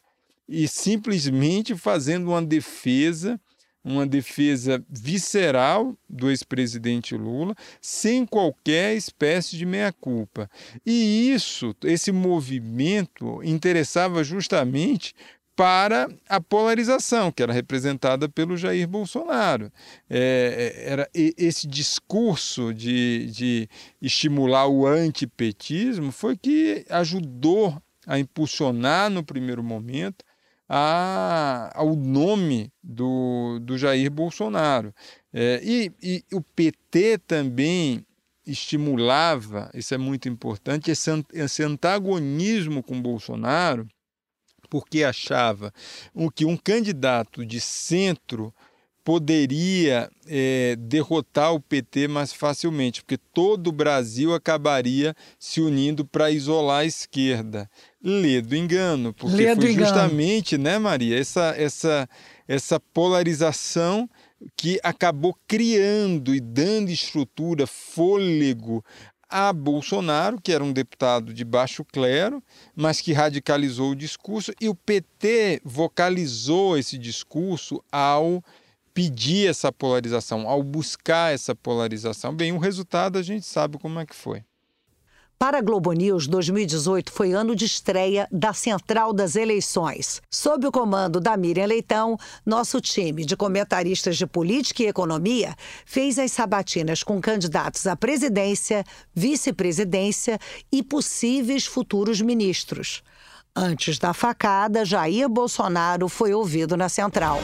e simplesmente fazendo uma defesa, uma defesa visceral do ex-presidente Lula, sem qualquer espécie de meia-culpa. E isso, esse movimento, interessava justamente para a polarização, que era representada pelo Jair Bolsonaro. É, era esse discurso de, de estimular o antipetismo foi que ajudou a impulsionar, no primeiro momento, a, ao nome do, do Jair Bolsonaro. É, e, e o P T também estimulava, isso é muito importante, esse, esse antagonismo com Bolsonaro, porque achava que um candidato de centro poderia é, derrotar o P T mais facilmente, porque todo o Brasil acabaria se unindo para isolar a esquerda. Lê do engano, porque Lê do foi engano. justamente, né, Maria, essa, essa, essa polarização que acabou criando e dando estrutura, fôlego a Bolsonaro, que era um deputado de baixo clero, mas que radicalizou o discurso, e o P T vocalizou esse discurso ao pedir essa polarização, ao buscar essa polarização. Bem, o resultado a gente sabe como é que foi. Para a Globo News, dois mil e dezoito foi ano de estreia da Central das Eleições. Sob o comando da Miriam Leitão, nosso time de comentaristas de política e economia fez as sabatinas com candidatos à presidência, vice-presidência e possíveis futuros ministros. Antes da facada, Jair Bolsonaro foi ouvido na Central.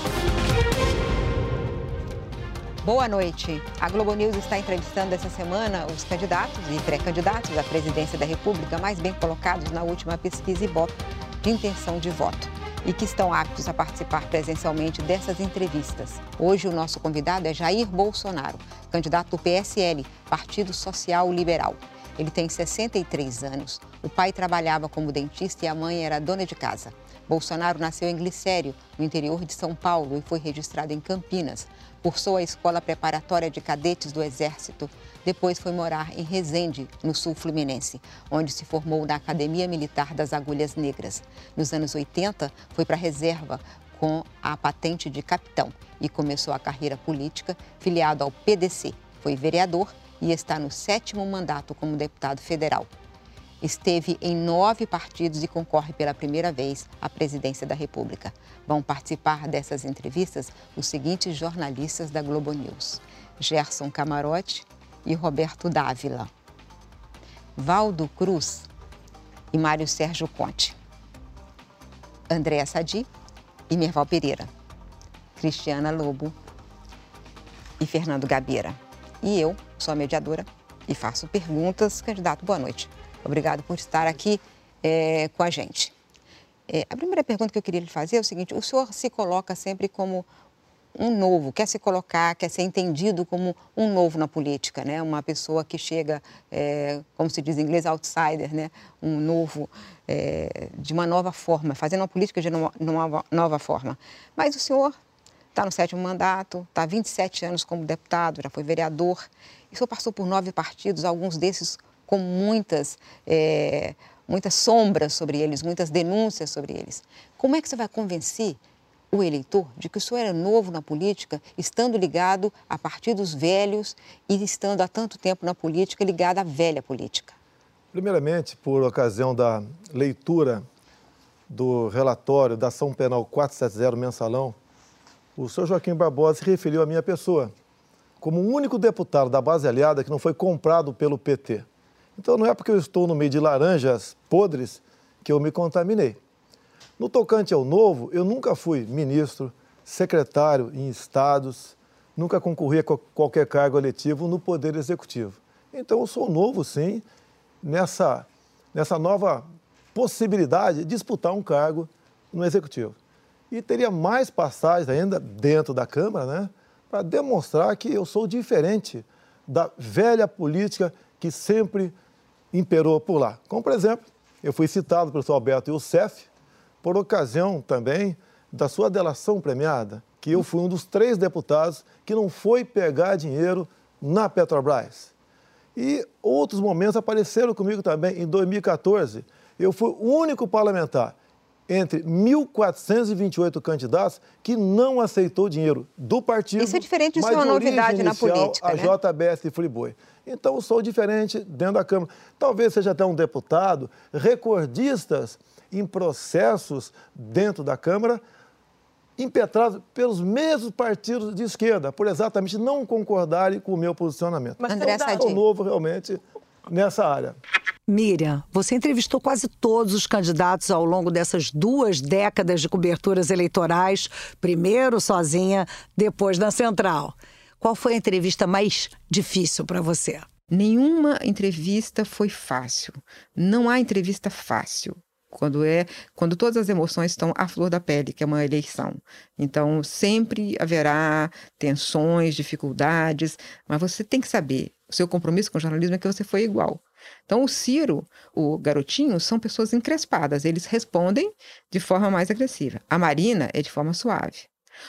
Boa noite. A Globo News está entrevistando essa semana os candidatos e pré-candidatos à presidência da República mais bem colocados na última pesquisa Ibope de intenção de voto e que estão aptos a participar presencialmente dessas entrevistas. Hoje o nosso convidado é Jair Bolsonaro, candidato do P S L, Partido Social Liberal. Ele tem sessenta e três anos, o pai trabalhava como dentista e a mãe era dona de casa. Bolsonaro nasceu em Glicério, no interior de São Paulo, e foi registrado em Campinas. Cursou a Escola Preparatória de Cadetes do Exército. Depois foi morar em Resende, no sul fluminense, onde se formou na Academia Militar das Agulhas Negras. Nos anos oitenta, foi para a reserva com a patente de capitão e começou a carreira política filiado ao P D C. Foi vereador e está no sétimo mandato como deputado federal. Esteve em nove partidos e concorre pela primeira vez à presidência da República. Vão participar dessas entrevistas os seguintes jornalistas da Globo News: Gerson Camarote e Roberto Dávila, Valdo Cruz e Mário Sérgio Conte, Andréa Sadi e Merval Pereira, Cristiana Lobo e Fernando Gabeira. E eu sou a mediadora e faço perguntas. Candidato, boa noite. Obrigado por estar aqui é, com a gente. É, a primeira pergunta que eu queria lhe fazer é o seguinte: o senhor se coloca sempre como um novo, quer se colocar, quer ser entendido como um novo na política, né? Uma pessoa que chega, é, como se diz em inglês, outsider, né? Um novo, é, de uma nova forma, fazendo uma política de uma nova, nova forma. Mas o senhor está no sétimo mandato, está há vinte e sete anos como deputado, já foi vereador, e o senhor passou por nove partidos, alguns desses com muitas, é, muitas sombras sobre eles, muitas denúncias sobre eles. Como é que você vai convencer o eleitor de que o senhor era novo na política, estando ligado a partidos velhos e estando há tanto tempo na política, ligado à velha política? Primeiramente, por ocasião da leitura do relatório da ação penal quatrocentos e setenta mensalão, o senhor Joaquim Barbosa se referiu à minha pessoa como o único deputado da base aliada que não foi comprado pelo P T. Então, não é porque eu estou no meio de laranjas podres que eu me contaminei. No tocante ao novo, eu nunca fui ministro, secretário em estados, nunca concorri a qualquer cargo eletivo no Poder Executivo. Então, eu sou novo, sim, nessa, nessa nova possibilidade de disputar um cargo no Executivo. E teria mais passagens ainda dentro da Câmara, né, para demonstrar que eu sou diferente da velha política que sempre imperou por lá. Como, por exemplo, eu fui citado pelo professor Alberto Youssef por ocasião também da sua delação premiada, que eu fui um dos três deputados que não foi pegar dinheiro na Petrobras. E outros momentos apareceram comigo também. Em dois mil e quatorze, eu fui o único parlamentar entre mil quatrocentos e vinte e oito candidatos que não aceitou dinheiro do partido. Isso é diferente de ser mas uma de origem novidade na inicial, política, a né? J B S e Friboi. Então, eu sou diferente dentro da Câmara. Talvez seja até um deputado, recordistas em processos dentro da Câmara, impetrados pelos mesmos partidos de esquerda, por exatamente não concordarem com o meu posicionamento. Mas, André então, Sadi, sou novo realmente nessa área. Miriam, você entrevistou quase todos os candidatos ao longo dessas duas décadas de coberturas eleitorais, primeiro sozinha, depois na Central. Qual foi a entrevista mais difícil para você? Nenhuma entrevista foi fácil. Não há entrevista fácil. Quando, é, quando todas as emoções estão à flor da pele, que é uma eleição. Então, sempre haverá tensões, dificuldades, mas você tem que saber, o seu compromisso com o jornalismo é que você foi igual. Então, o Ciro, o Garotinho, são pessoas encrespadas, eles respondem de forma mais agressiva. A Marina é de forma suave.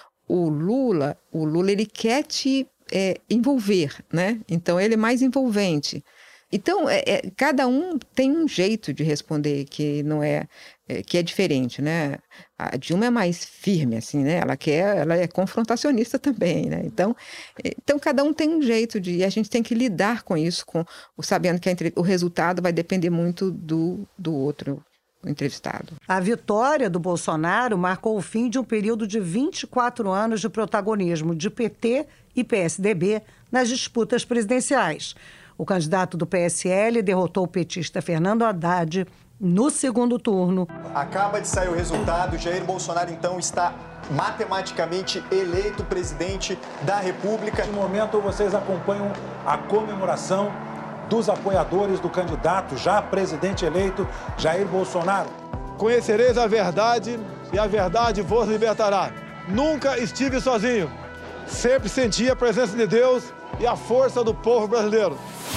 O Lula, o Lula, ele quer te é, envolver, né? Então, ele é mais envolvente. Então, é, é, cada um tem um jeito de responder que não é, é, que é diferente, né? A Dilma é mais firme, assim, né? Ela quer, ela é confrontacionista também, né? Então, é, então cada um tem um jeito de, e a gente tem que lidar com isso, com, sabendo que a, o resultado vai depender muito do, do outro entrevistado. A vitória do Bolsonaro marcou o fim de um período de vinte e quatro anos de protagonismo de P T e P S D B nas disputas presidenciais. O candidato do P S L derrotou o petista Fernando Haddad no segundo turno. Acaba de sair o resultado. Jair Bolsonaro, então, está matematicamente eleito presidente da República. No momento, vocês acompanham a comemoração dos apoiadores do candidato já presidente eleito, Jair Bolsonaro. Conhecereis a verdade e a verdade vos libertará. Nunca estive sozinho. Sempre senti a presença de Deus e a força do povo brasileiro.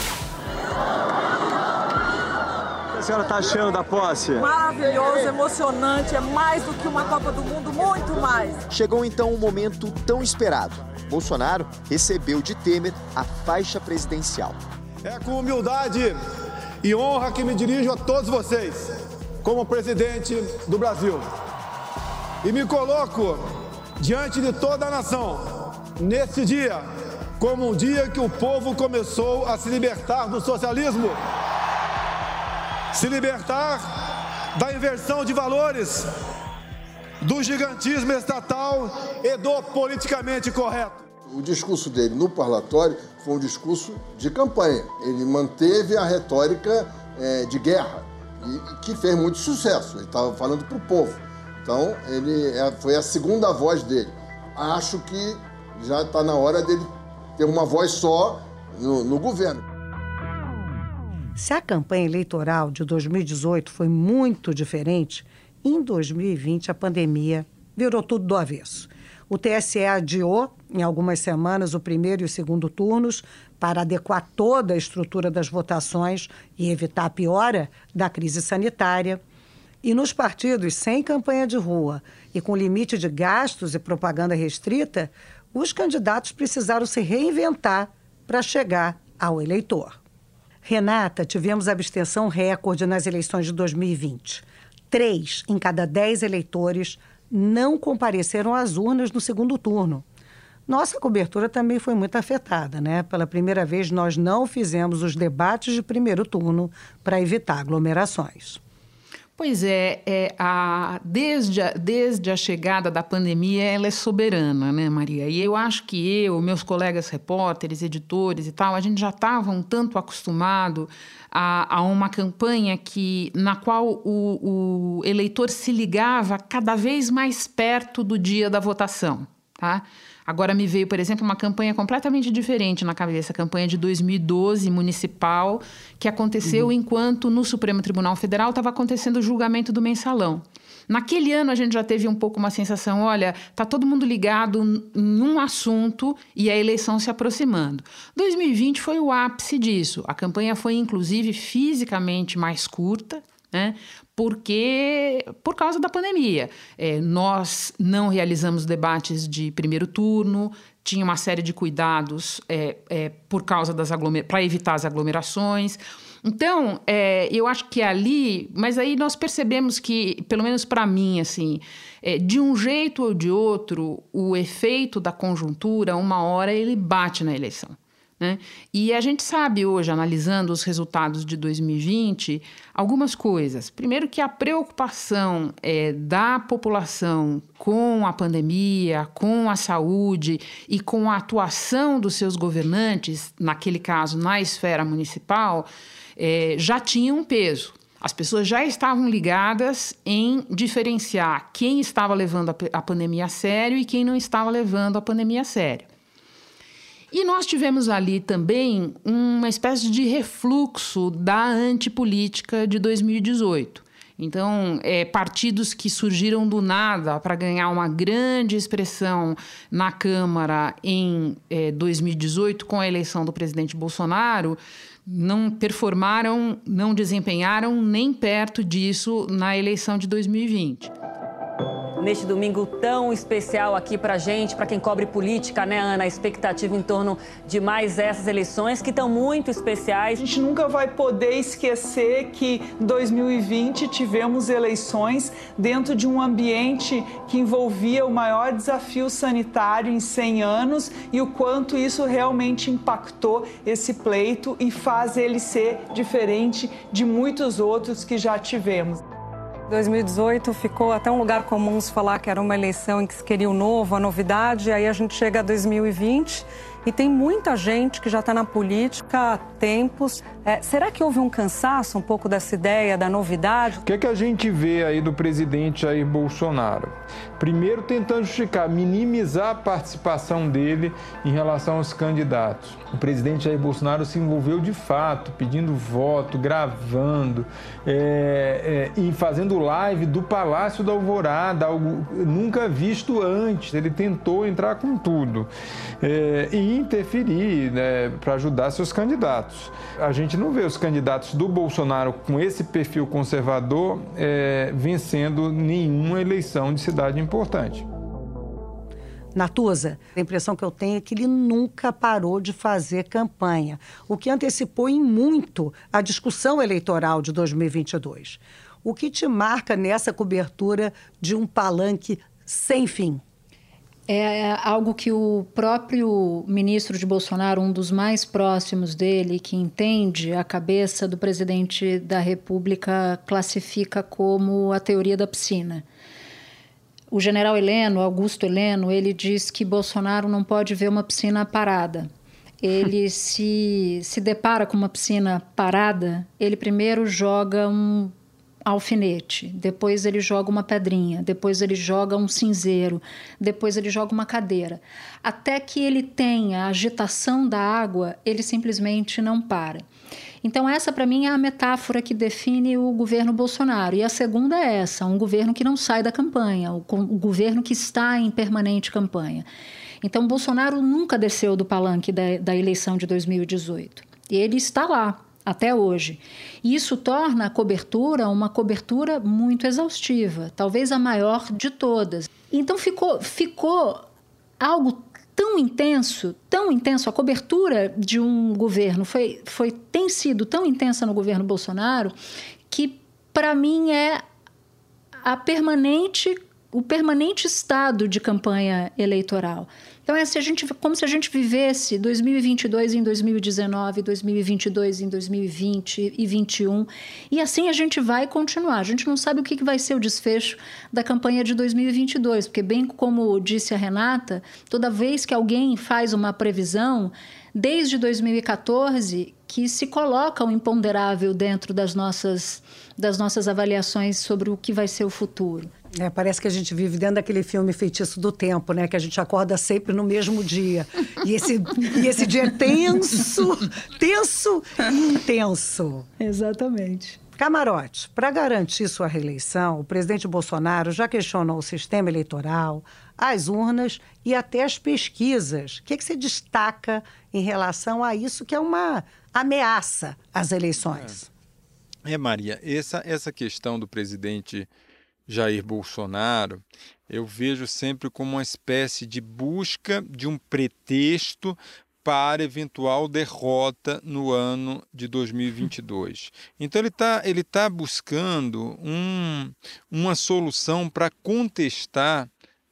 O que a senhora está achando da posse? Maravilhoso, emocionante, é mais do que uma Copa do Mundo, muito mais. Chegou então um momento tão esperado. Bolsonaro recebeu de Temer a faixa presidencial. É com humildade e honra que me dirijo a todos vocês, como presidente do Brasil. E me coloco diante de toda a nação, nesse dia, como um dia que o povo começou a se libertar do socialismo, se libertar da inversão de valores, do gigantismo estatal e do politicamente correto. O discurso dele no parlatório foi um discurso de campanha. Ele manteve a retórica é, de guerra, e, que fez muito sucesso. Ele estava falando para o povo. Então, ele é, foi a segunda voz dele. Acho que já está na hora dele ter uma voz só no, no governo. Se a campanha eleitoral de dois mil e dezoito foi muito diferente, em dois mil e vinte a pandemia virou tudo do avesso. O T S E adiou, em algumas semanas, o primeiro e o segundo turnos para adequar toda a estrutura das votações e evitar a piora da crise sanitária. E nos partidos sem campanha de rua e com limite de gastos e propaganda restrita, os candidatos precisaram se reinventar para chegar ao eleitor. Renata, tivemos abstenção recorde nas eleições de dois mil e vinte. Três em cada dez eleitores não compareceram às urnas no segundo turno. Nossa cobertura também foi muito afetada, né? Pela primeira vez, nós não fizemos os debates de primeiro turno para evitar aglomerações. Pois é, é a, desde, a, desde a chegada da pandemia, ela é soberana, né, Maria? E eu acho que eu, meus colegas repórteres, editores e tal, a gente já estava um tanto acostumado a, a uma campanha que, na qual o, o eleitor se ligava cada vez mais perto do dia da votação, tá? Agora me veio, por exemplo, uma campanha completamente diferente na cabeça, a campanha de dois mil e doze, municipal, que aconteceu uhum. enquanto no Supremo Tribunal Federal estava acontecendo o julgamento do mensalão. Naquele ano a gente já teve um pouco uma sensação, olha, está todo mundo ligado em um assunto e a eleição se aproximando. dois mil e vinte foi o ápice disso. A campanha foi, inclusive, fisicamente mais curta, né? Porque, por causa da pandemia. É, nós não realizamos debates de primeiro turno, tinha uma série de cuidados é, é, por causa das aglomer... para evitar as aglomerações. Então, é, eu acho que ali... Mas aí nós percebemos que, pelo menos para mim, assim, é, de um jeito ou de outro, o efeito da conjuntura, uma hora ele bate na eleição, né? E a gente sabe hoje, analisando os resultados de dois mil e vinte, algumas coisas. Primeiro que a preocupação é, da população com a pandemia, com a saúde e com a atuação dos seus governantes, naquele caso na esfera municipal, é, já tinha um peso. As pessoas já estavam ligadas em diferenciar quem estava levando a, a pandemia a sério e quem não estava levando a pandemia a sério. E nós tivemos ali também uma espécie de refluxo da antipolítica de dois mil e dezoito. Então, é, partidos que surgiram do nada para ganhar uma grande expressão na Câmara em é, dois mil e dezoito, com a eleição do presidente Bolsonaro, não performaram, não desempenharam nem perto disso na eleição de dois mil e vinte. Neste domingo tão especial aqui pra gente, para quem cobre política, né, Ana? A expectativa em torno de mais essas eleições que estão muito especiais. A gente nunca vai poder esquecer que em dois mil e vinte tivemos eleições dentro de um ambiente que envolvia o maior desafio sanitário em cem anos e o quanto isso realmente impactou esse pleito e faz ele ser diferente de muitos outros que já tivemos. dois mil e dezoito ficou até um lugar comum se falar que era uma eleição em que se queria o novo, a novidade, aí a gente chega a dois mil e vinte e tem muita gente que já está na política há tempos. É, será que houve um cansaço um pouco dessa ideia da novidade? O que é que a gente vê aí do presidente Jair Bolsonaro? Primeiro, tentando justificar, minimizar a participação dele em relação aos candidatos. O presidente Jair Bolsonaro se envolveu de fato, pedindo voto, gravando é, é, e fazendo live do Palácio da Alvorada, algo nunca visto antes. Ele tentou entrar com tudo é, e interferir, né, para ajudar seus candidatos. A gente não vê os candidatos do Bolsonaro com esse perfil conservador é, vencendo nenhuma eleição de cidade importante. Natuza, a impressão que eu tenho é que ele nunca parou de fazer campanha, o que antecipou em muito a discussão eleitoral de dois mil e vinte e dois. O que te marca nessa cobertura de um palanque sem fim? É algo que o próprio ministro de Bolsonaro, um dos mais próximos dele, que entende a cabeça do presidente da República, classifica como a teoria da piscina. O general Heleno, Augusto Heleno, ele diz que Bolsonaro não pode ver uma piscina parada. Ele se, se depara com uma piscina parada, ele primeiro joga um alfinete, depois ele joga uma pedrinha, depois ele joga um cinzeiro, depois ele joga uma cadeira. Até que ele tenha a agitação da água, ele simplesmente não para. Então essa para mim é a metáfora que define o governo Bolsonaro. E a segunda é essa, um governo que não sai da campanha, o, o governo que está em permanente campanha. Então Bolsonaro nunca desceu do palanque da, da eleição de dois mil e dezoito. Ele está lá até hoje. E isso torna a cobertura uma cobertura muito exaustiva, talvez a maior de todas. Então ficou, ficou algo tão intenso, tão intenso, a cobertura de um governo foi, foi, tem sido tão intensa no governo Bolsonaro que, para mim, é a permanente, o permanente estado de campanha eleitoral. Então, é se a gente, como se a gente vivesse dois mil e vinte e dois em dois mil e dezenove, dois mil e vinte e dois em dois mil e vinte e dois mil e vinte e um, e assim a gente vai continuar. A gente não sabe o que vai ser o desfecho da campanha de dois mil e vinte e dois, porque, bem como disse a Renata, toda vez que alguém faz uma previsão, desde dois mil e quatorze, que se coloca um imponderável dentro das nossas, das nossas avaliações sobre o que vai ser o futuro. É, parece que a gente vive dentro daquele filme Feitiço do Tempo, né? Que a gente acorda sempre no mesmo dia. E esse, e esse dia é tenso, tenso e intenso. Exatamente. Camarote, para garantir sua reeleição, o presidente Bolsonaro já questionou o sistema eleitoral, as urnas e até as pesquisas. O que, que você destaca em relação a isso, que é uma ameaça às eleições? É, é Maria, essa, essa questão do presidente Jair Bolsonaro, eu vejo sempre como uma espécie de busca de um pretexto para eventual derrota no ano de dois mil e vinte e dois. Então ele está ele tá buscando um, uma solução para contestar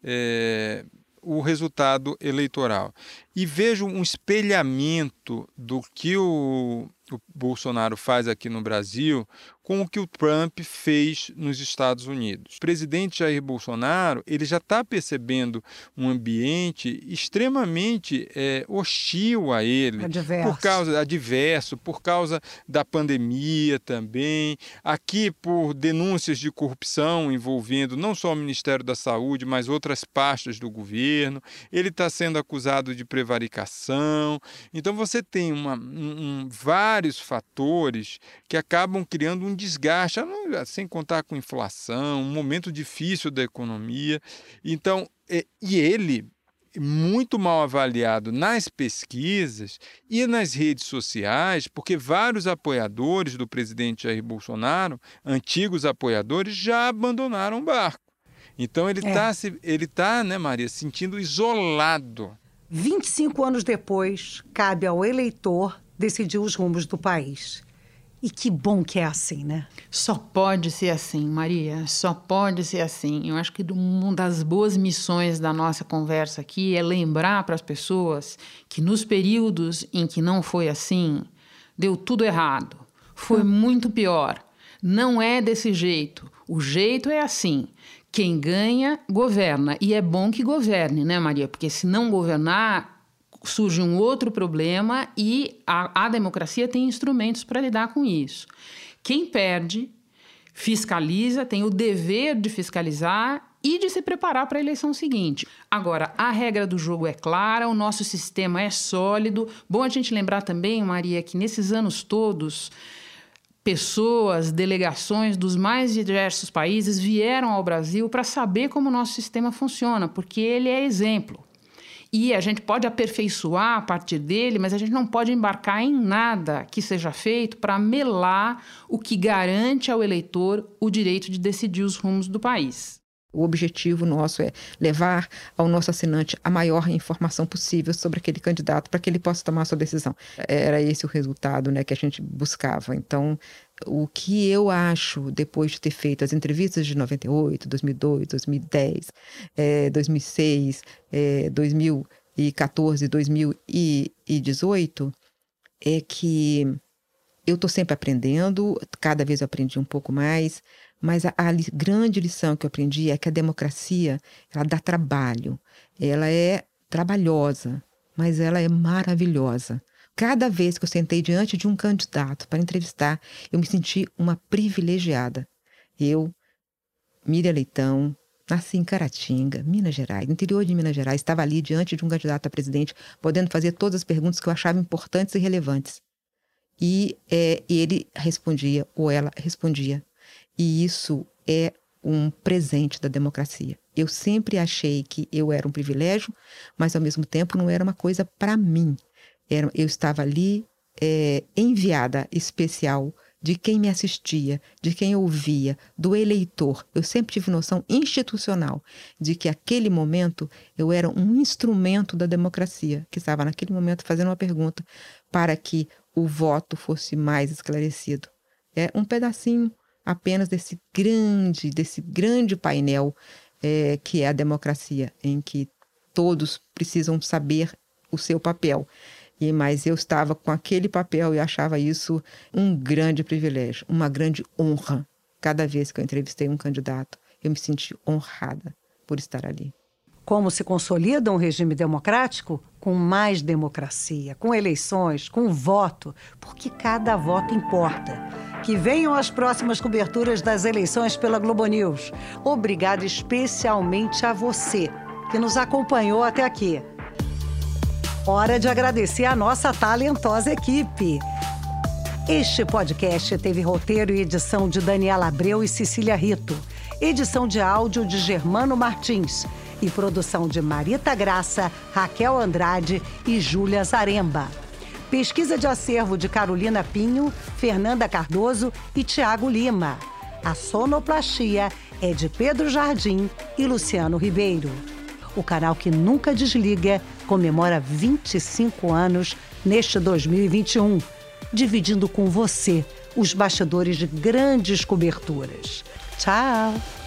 é, o resultado eleitoral. E vejo um espelhamento do que o, o Bolsonaro faz aqui no Brasil com o que o Trump fez nos Estados Unidos. O presidente Jair Bolsonaro ele já está percebendo um ambiente extremamente é, hostil a ele, adverso. por causa adverso, por causa da pandemia também, aqui por denúncias de corrupção envolvendo não só o Ministério da Saúde, mas outras pastas do governo. Ele está sendo acusado de prevaricação. Então você tem uma, um, vários fatores que acabam criando um desgaste, sem contar com inflação, um momento difícil da economia. Então, é, e ele, muito mal avaliado nas pesquisas e nas redes sociais, porque vários apoiadores do presidente Jair Bolsonaro, antigos apoiadores, já abandonaram o barco. Então ele está, é. ele tá, né, Maria, se sentindo isolado. vinte e cinco anos depois, cabe ao eleitor decidir os rumos do país. E que bom que é assim, né? Só pode ser assim, Maria, só pode ser assim. Eu acho que uma das boas missões da nossa conversa aqui é lembrar para as pessoas que nos períodos em que não foi assim, deu tudo errado, foi hum. muito pior. Não é desse jeito, o jeito é assim. Quem ganha, governa. E é bom que governe, né, Maria? Porque se não governar, surge um outro problema e a, a democracia tem instrumentos para lidar com isso. Quem perde, fiscaliza, tem o dever de fiscalizar e de se preparar para a eleição seguinte. Agora, a regra do jogo é clara, o nosso sistema é sólido. Bom a gente lembrar também, Maria, que nesses anos todos, pessoas, delegações dos mais diversos países vieram ao Brasil para saber como o nosso sistema funciona, porque ele é exemplo. E a gente pode aperfeiçoar a partir dele, mas a gente não pode embarcar em nada que seja feito para melar o que garante ao eleitor o direito de decidir os rumos do país. O objetivo nosso é levar ao nosso assinante a maior informação possível sobre aquele candidato para que ele possa tomar a sua decisão. Era esse o resultado, né, que a gente buscava. Então, o que eu acho, depois de ter feito as entrevistas de noventa e oito, dois mil e dois, dois mil e dez, é, dois mil e seis, é, dois mil e quatorze, dois mil e dezoito, é que eu estou sempre aprendendo, cada vez eu aprendi um pouco mais, mas a, a li, grande lição que eu aprendi é que a democracia, ela dá trabalho, ela é trabalhosa, mas ela é maravilhosa. Cada vez que eu sentei diante de um candidato para entrevistar, eu me senti uma privilegiada. Eu, Miriam Leitão, nasci em Caratinga, Minas Gerais, interior de Minas Gerais, estava ali diante de um candidato a presidente, podendo fazer todas as perguntas que eu achava importantes e relevantes. E é, ele respondia, ou ela respondia. E isso é um presente da democracia. Eu sempre achei que eu era um privilégio, mas ao mesmo tempo não era uma coisa para mim. Era, eu estava ali é, enviada especial de quem me assistia, de quem ouvia, do eleitor. Eu sempre tive noção institucional de que aquele momento eu era um instrumento da democracia, que estava naquele momento fazendo uma pergunta para que o voto fosse mais esclarecido. É um pedacinho apenas desse grande, desse grande painel é, que é a democracia, em que todos precisam saber o seu papel. E, mas eu estava com aquele papel e achava isso um grande privilégio, uma grande honra. Cada vez que eu entrevistei um candidato, eu me senti honrada por estar ali. Como se consolida um regime democrático? Com mais democracia, com eleições, com voto, porque cada voto importa. Que venham as próximas coberturas das eleições pela Globo News. Obrigada especialmente a você, que nos acompanhou até aqui. Hora de agradecer a nossa talentosa equipe. Este podcast teve roteiro e edição de Daniela Abreu e Cecília Rito. Edição de áudio de Germano Martins. E produção de Marita Graça, Raquel Andrade e Júlia Zaremba. Pesquisa de acervo de Carolina Pinho, Fernanda Cardoso e Tiago Lima. A sonoplastia é de Pedro Jardim e Luciano Ribeiro. O canal que nunca desliga comemora vinte e cinco anos neste dois mil e vinte e um, dividindo com você os bastidores de grandes coberturas. Tchau!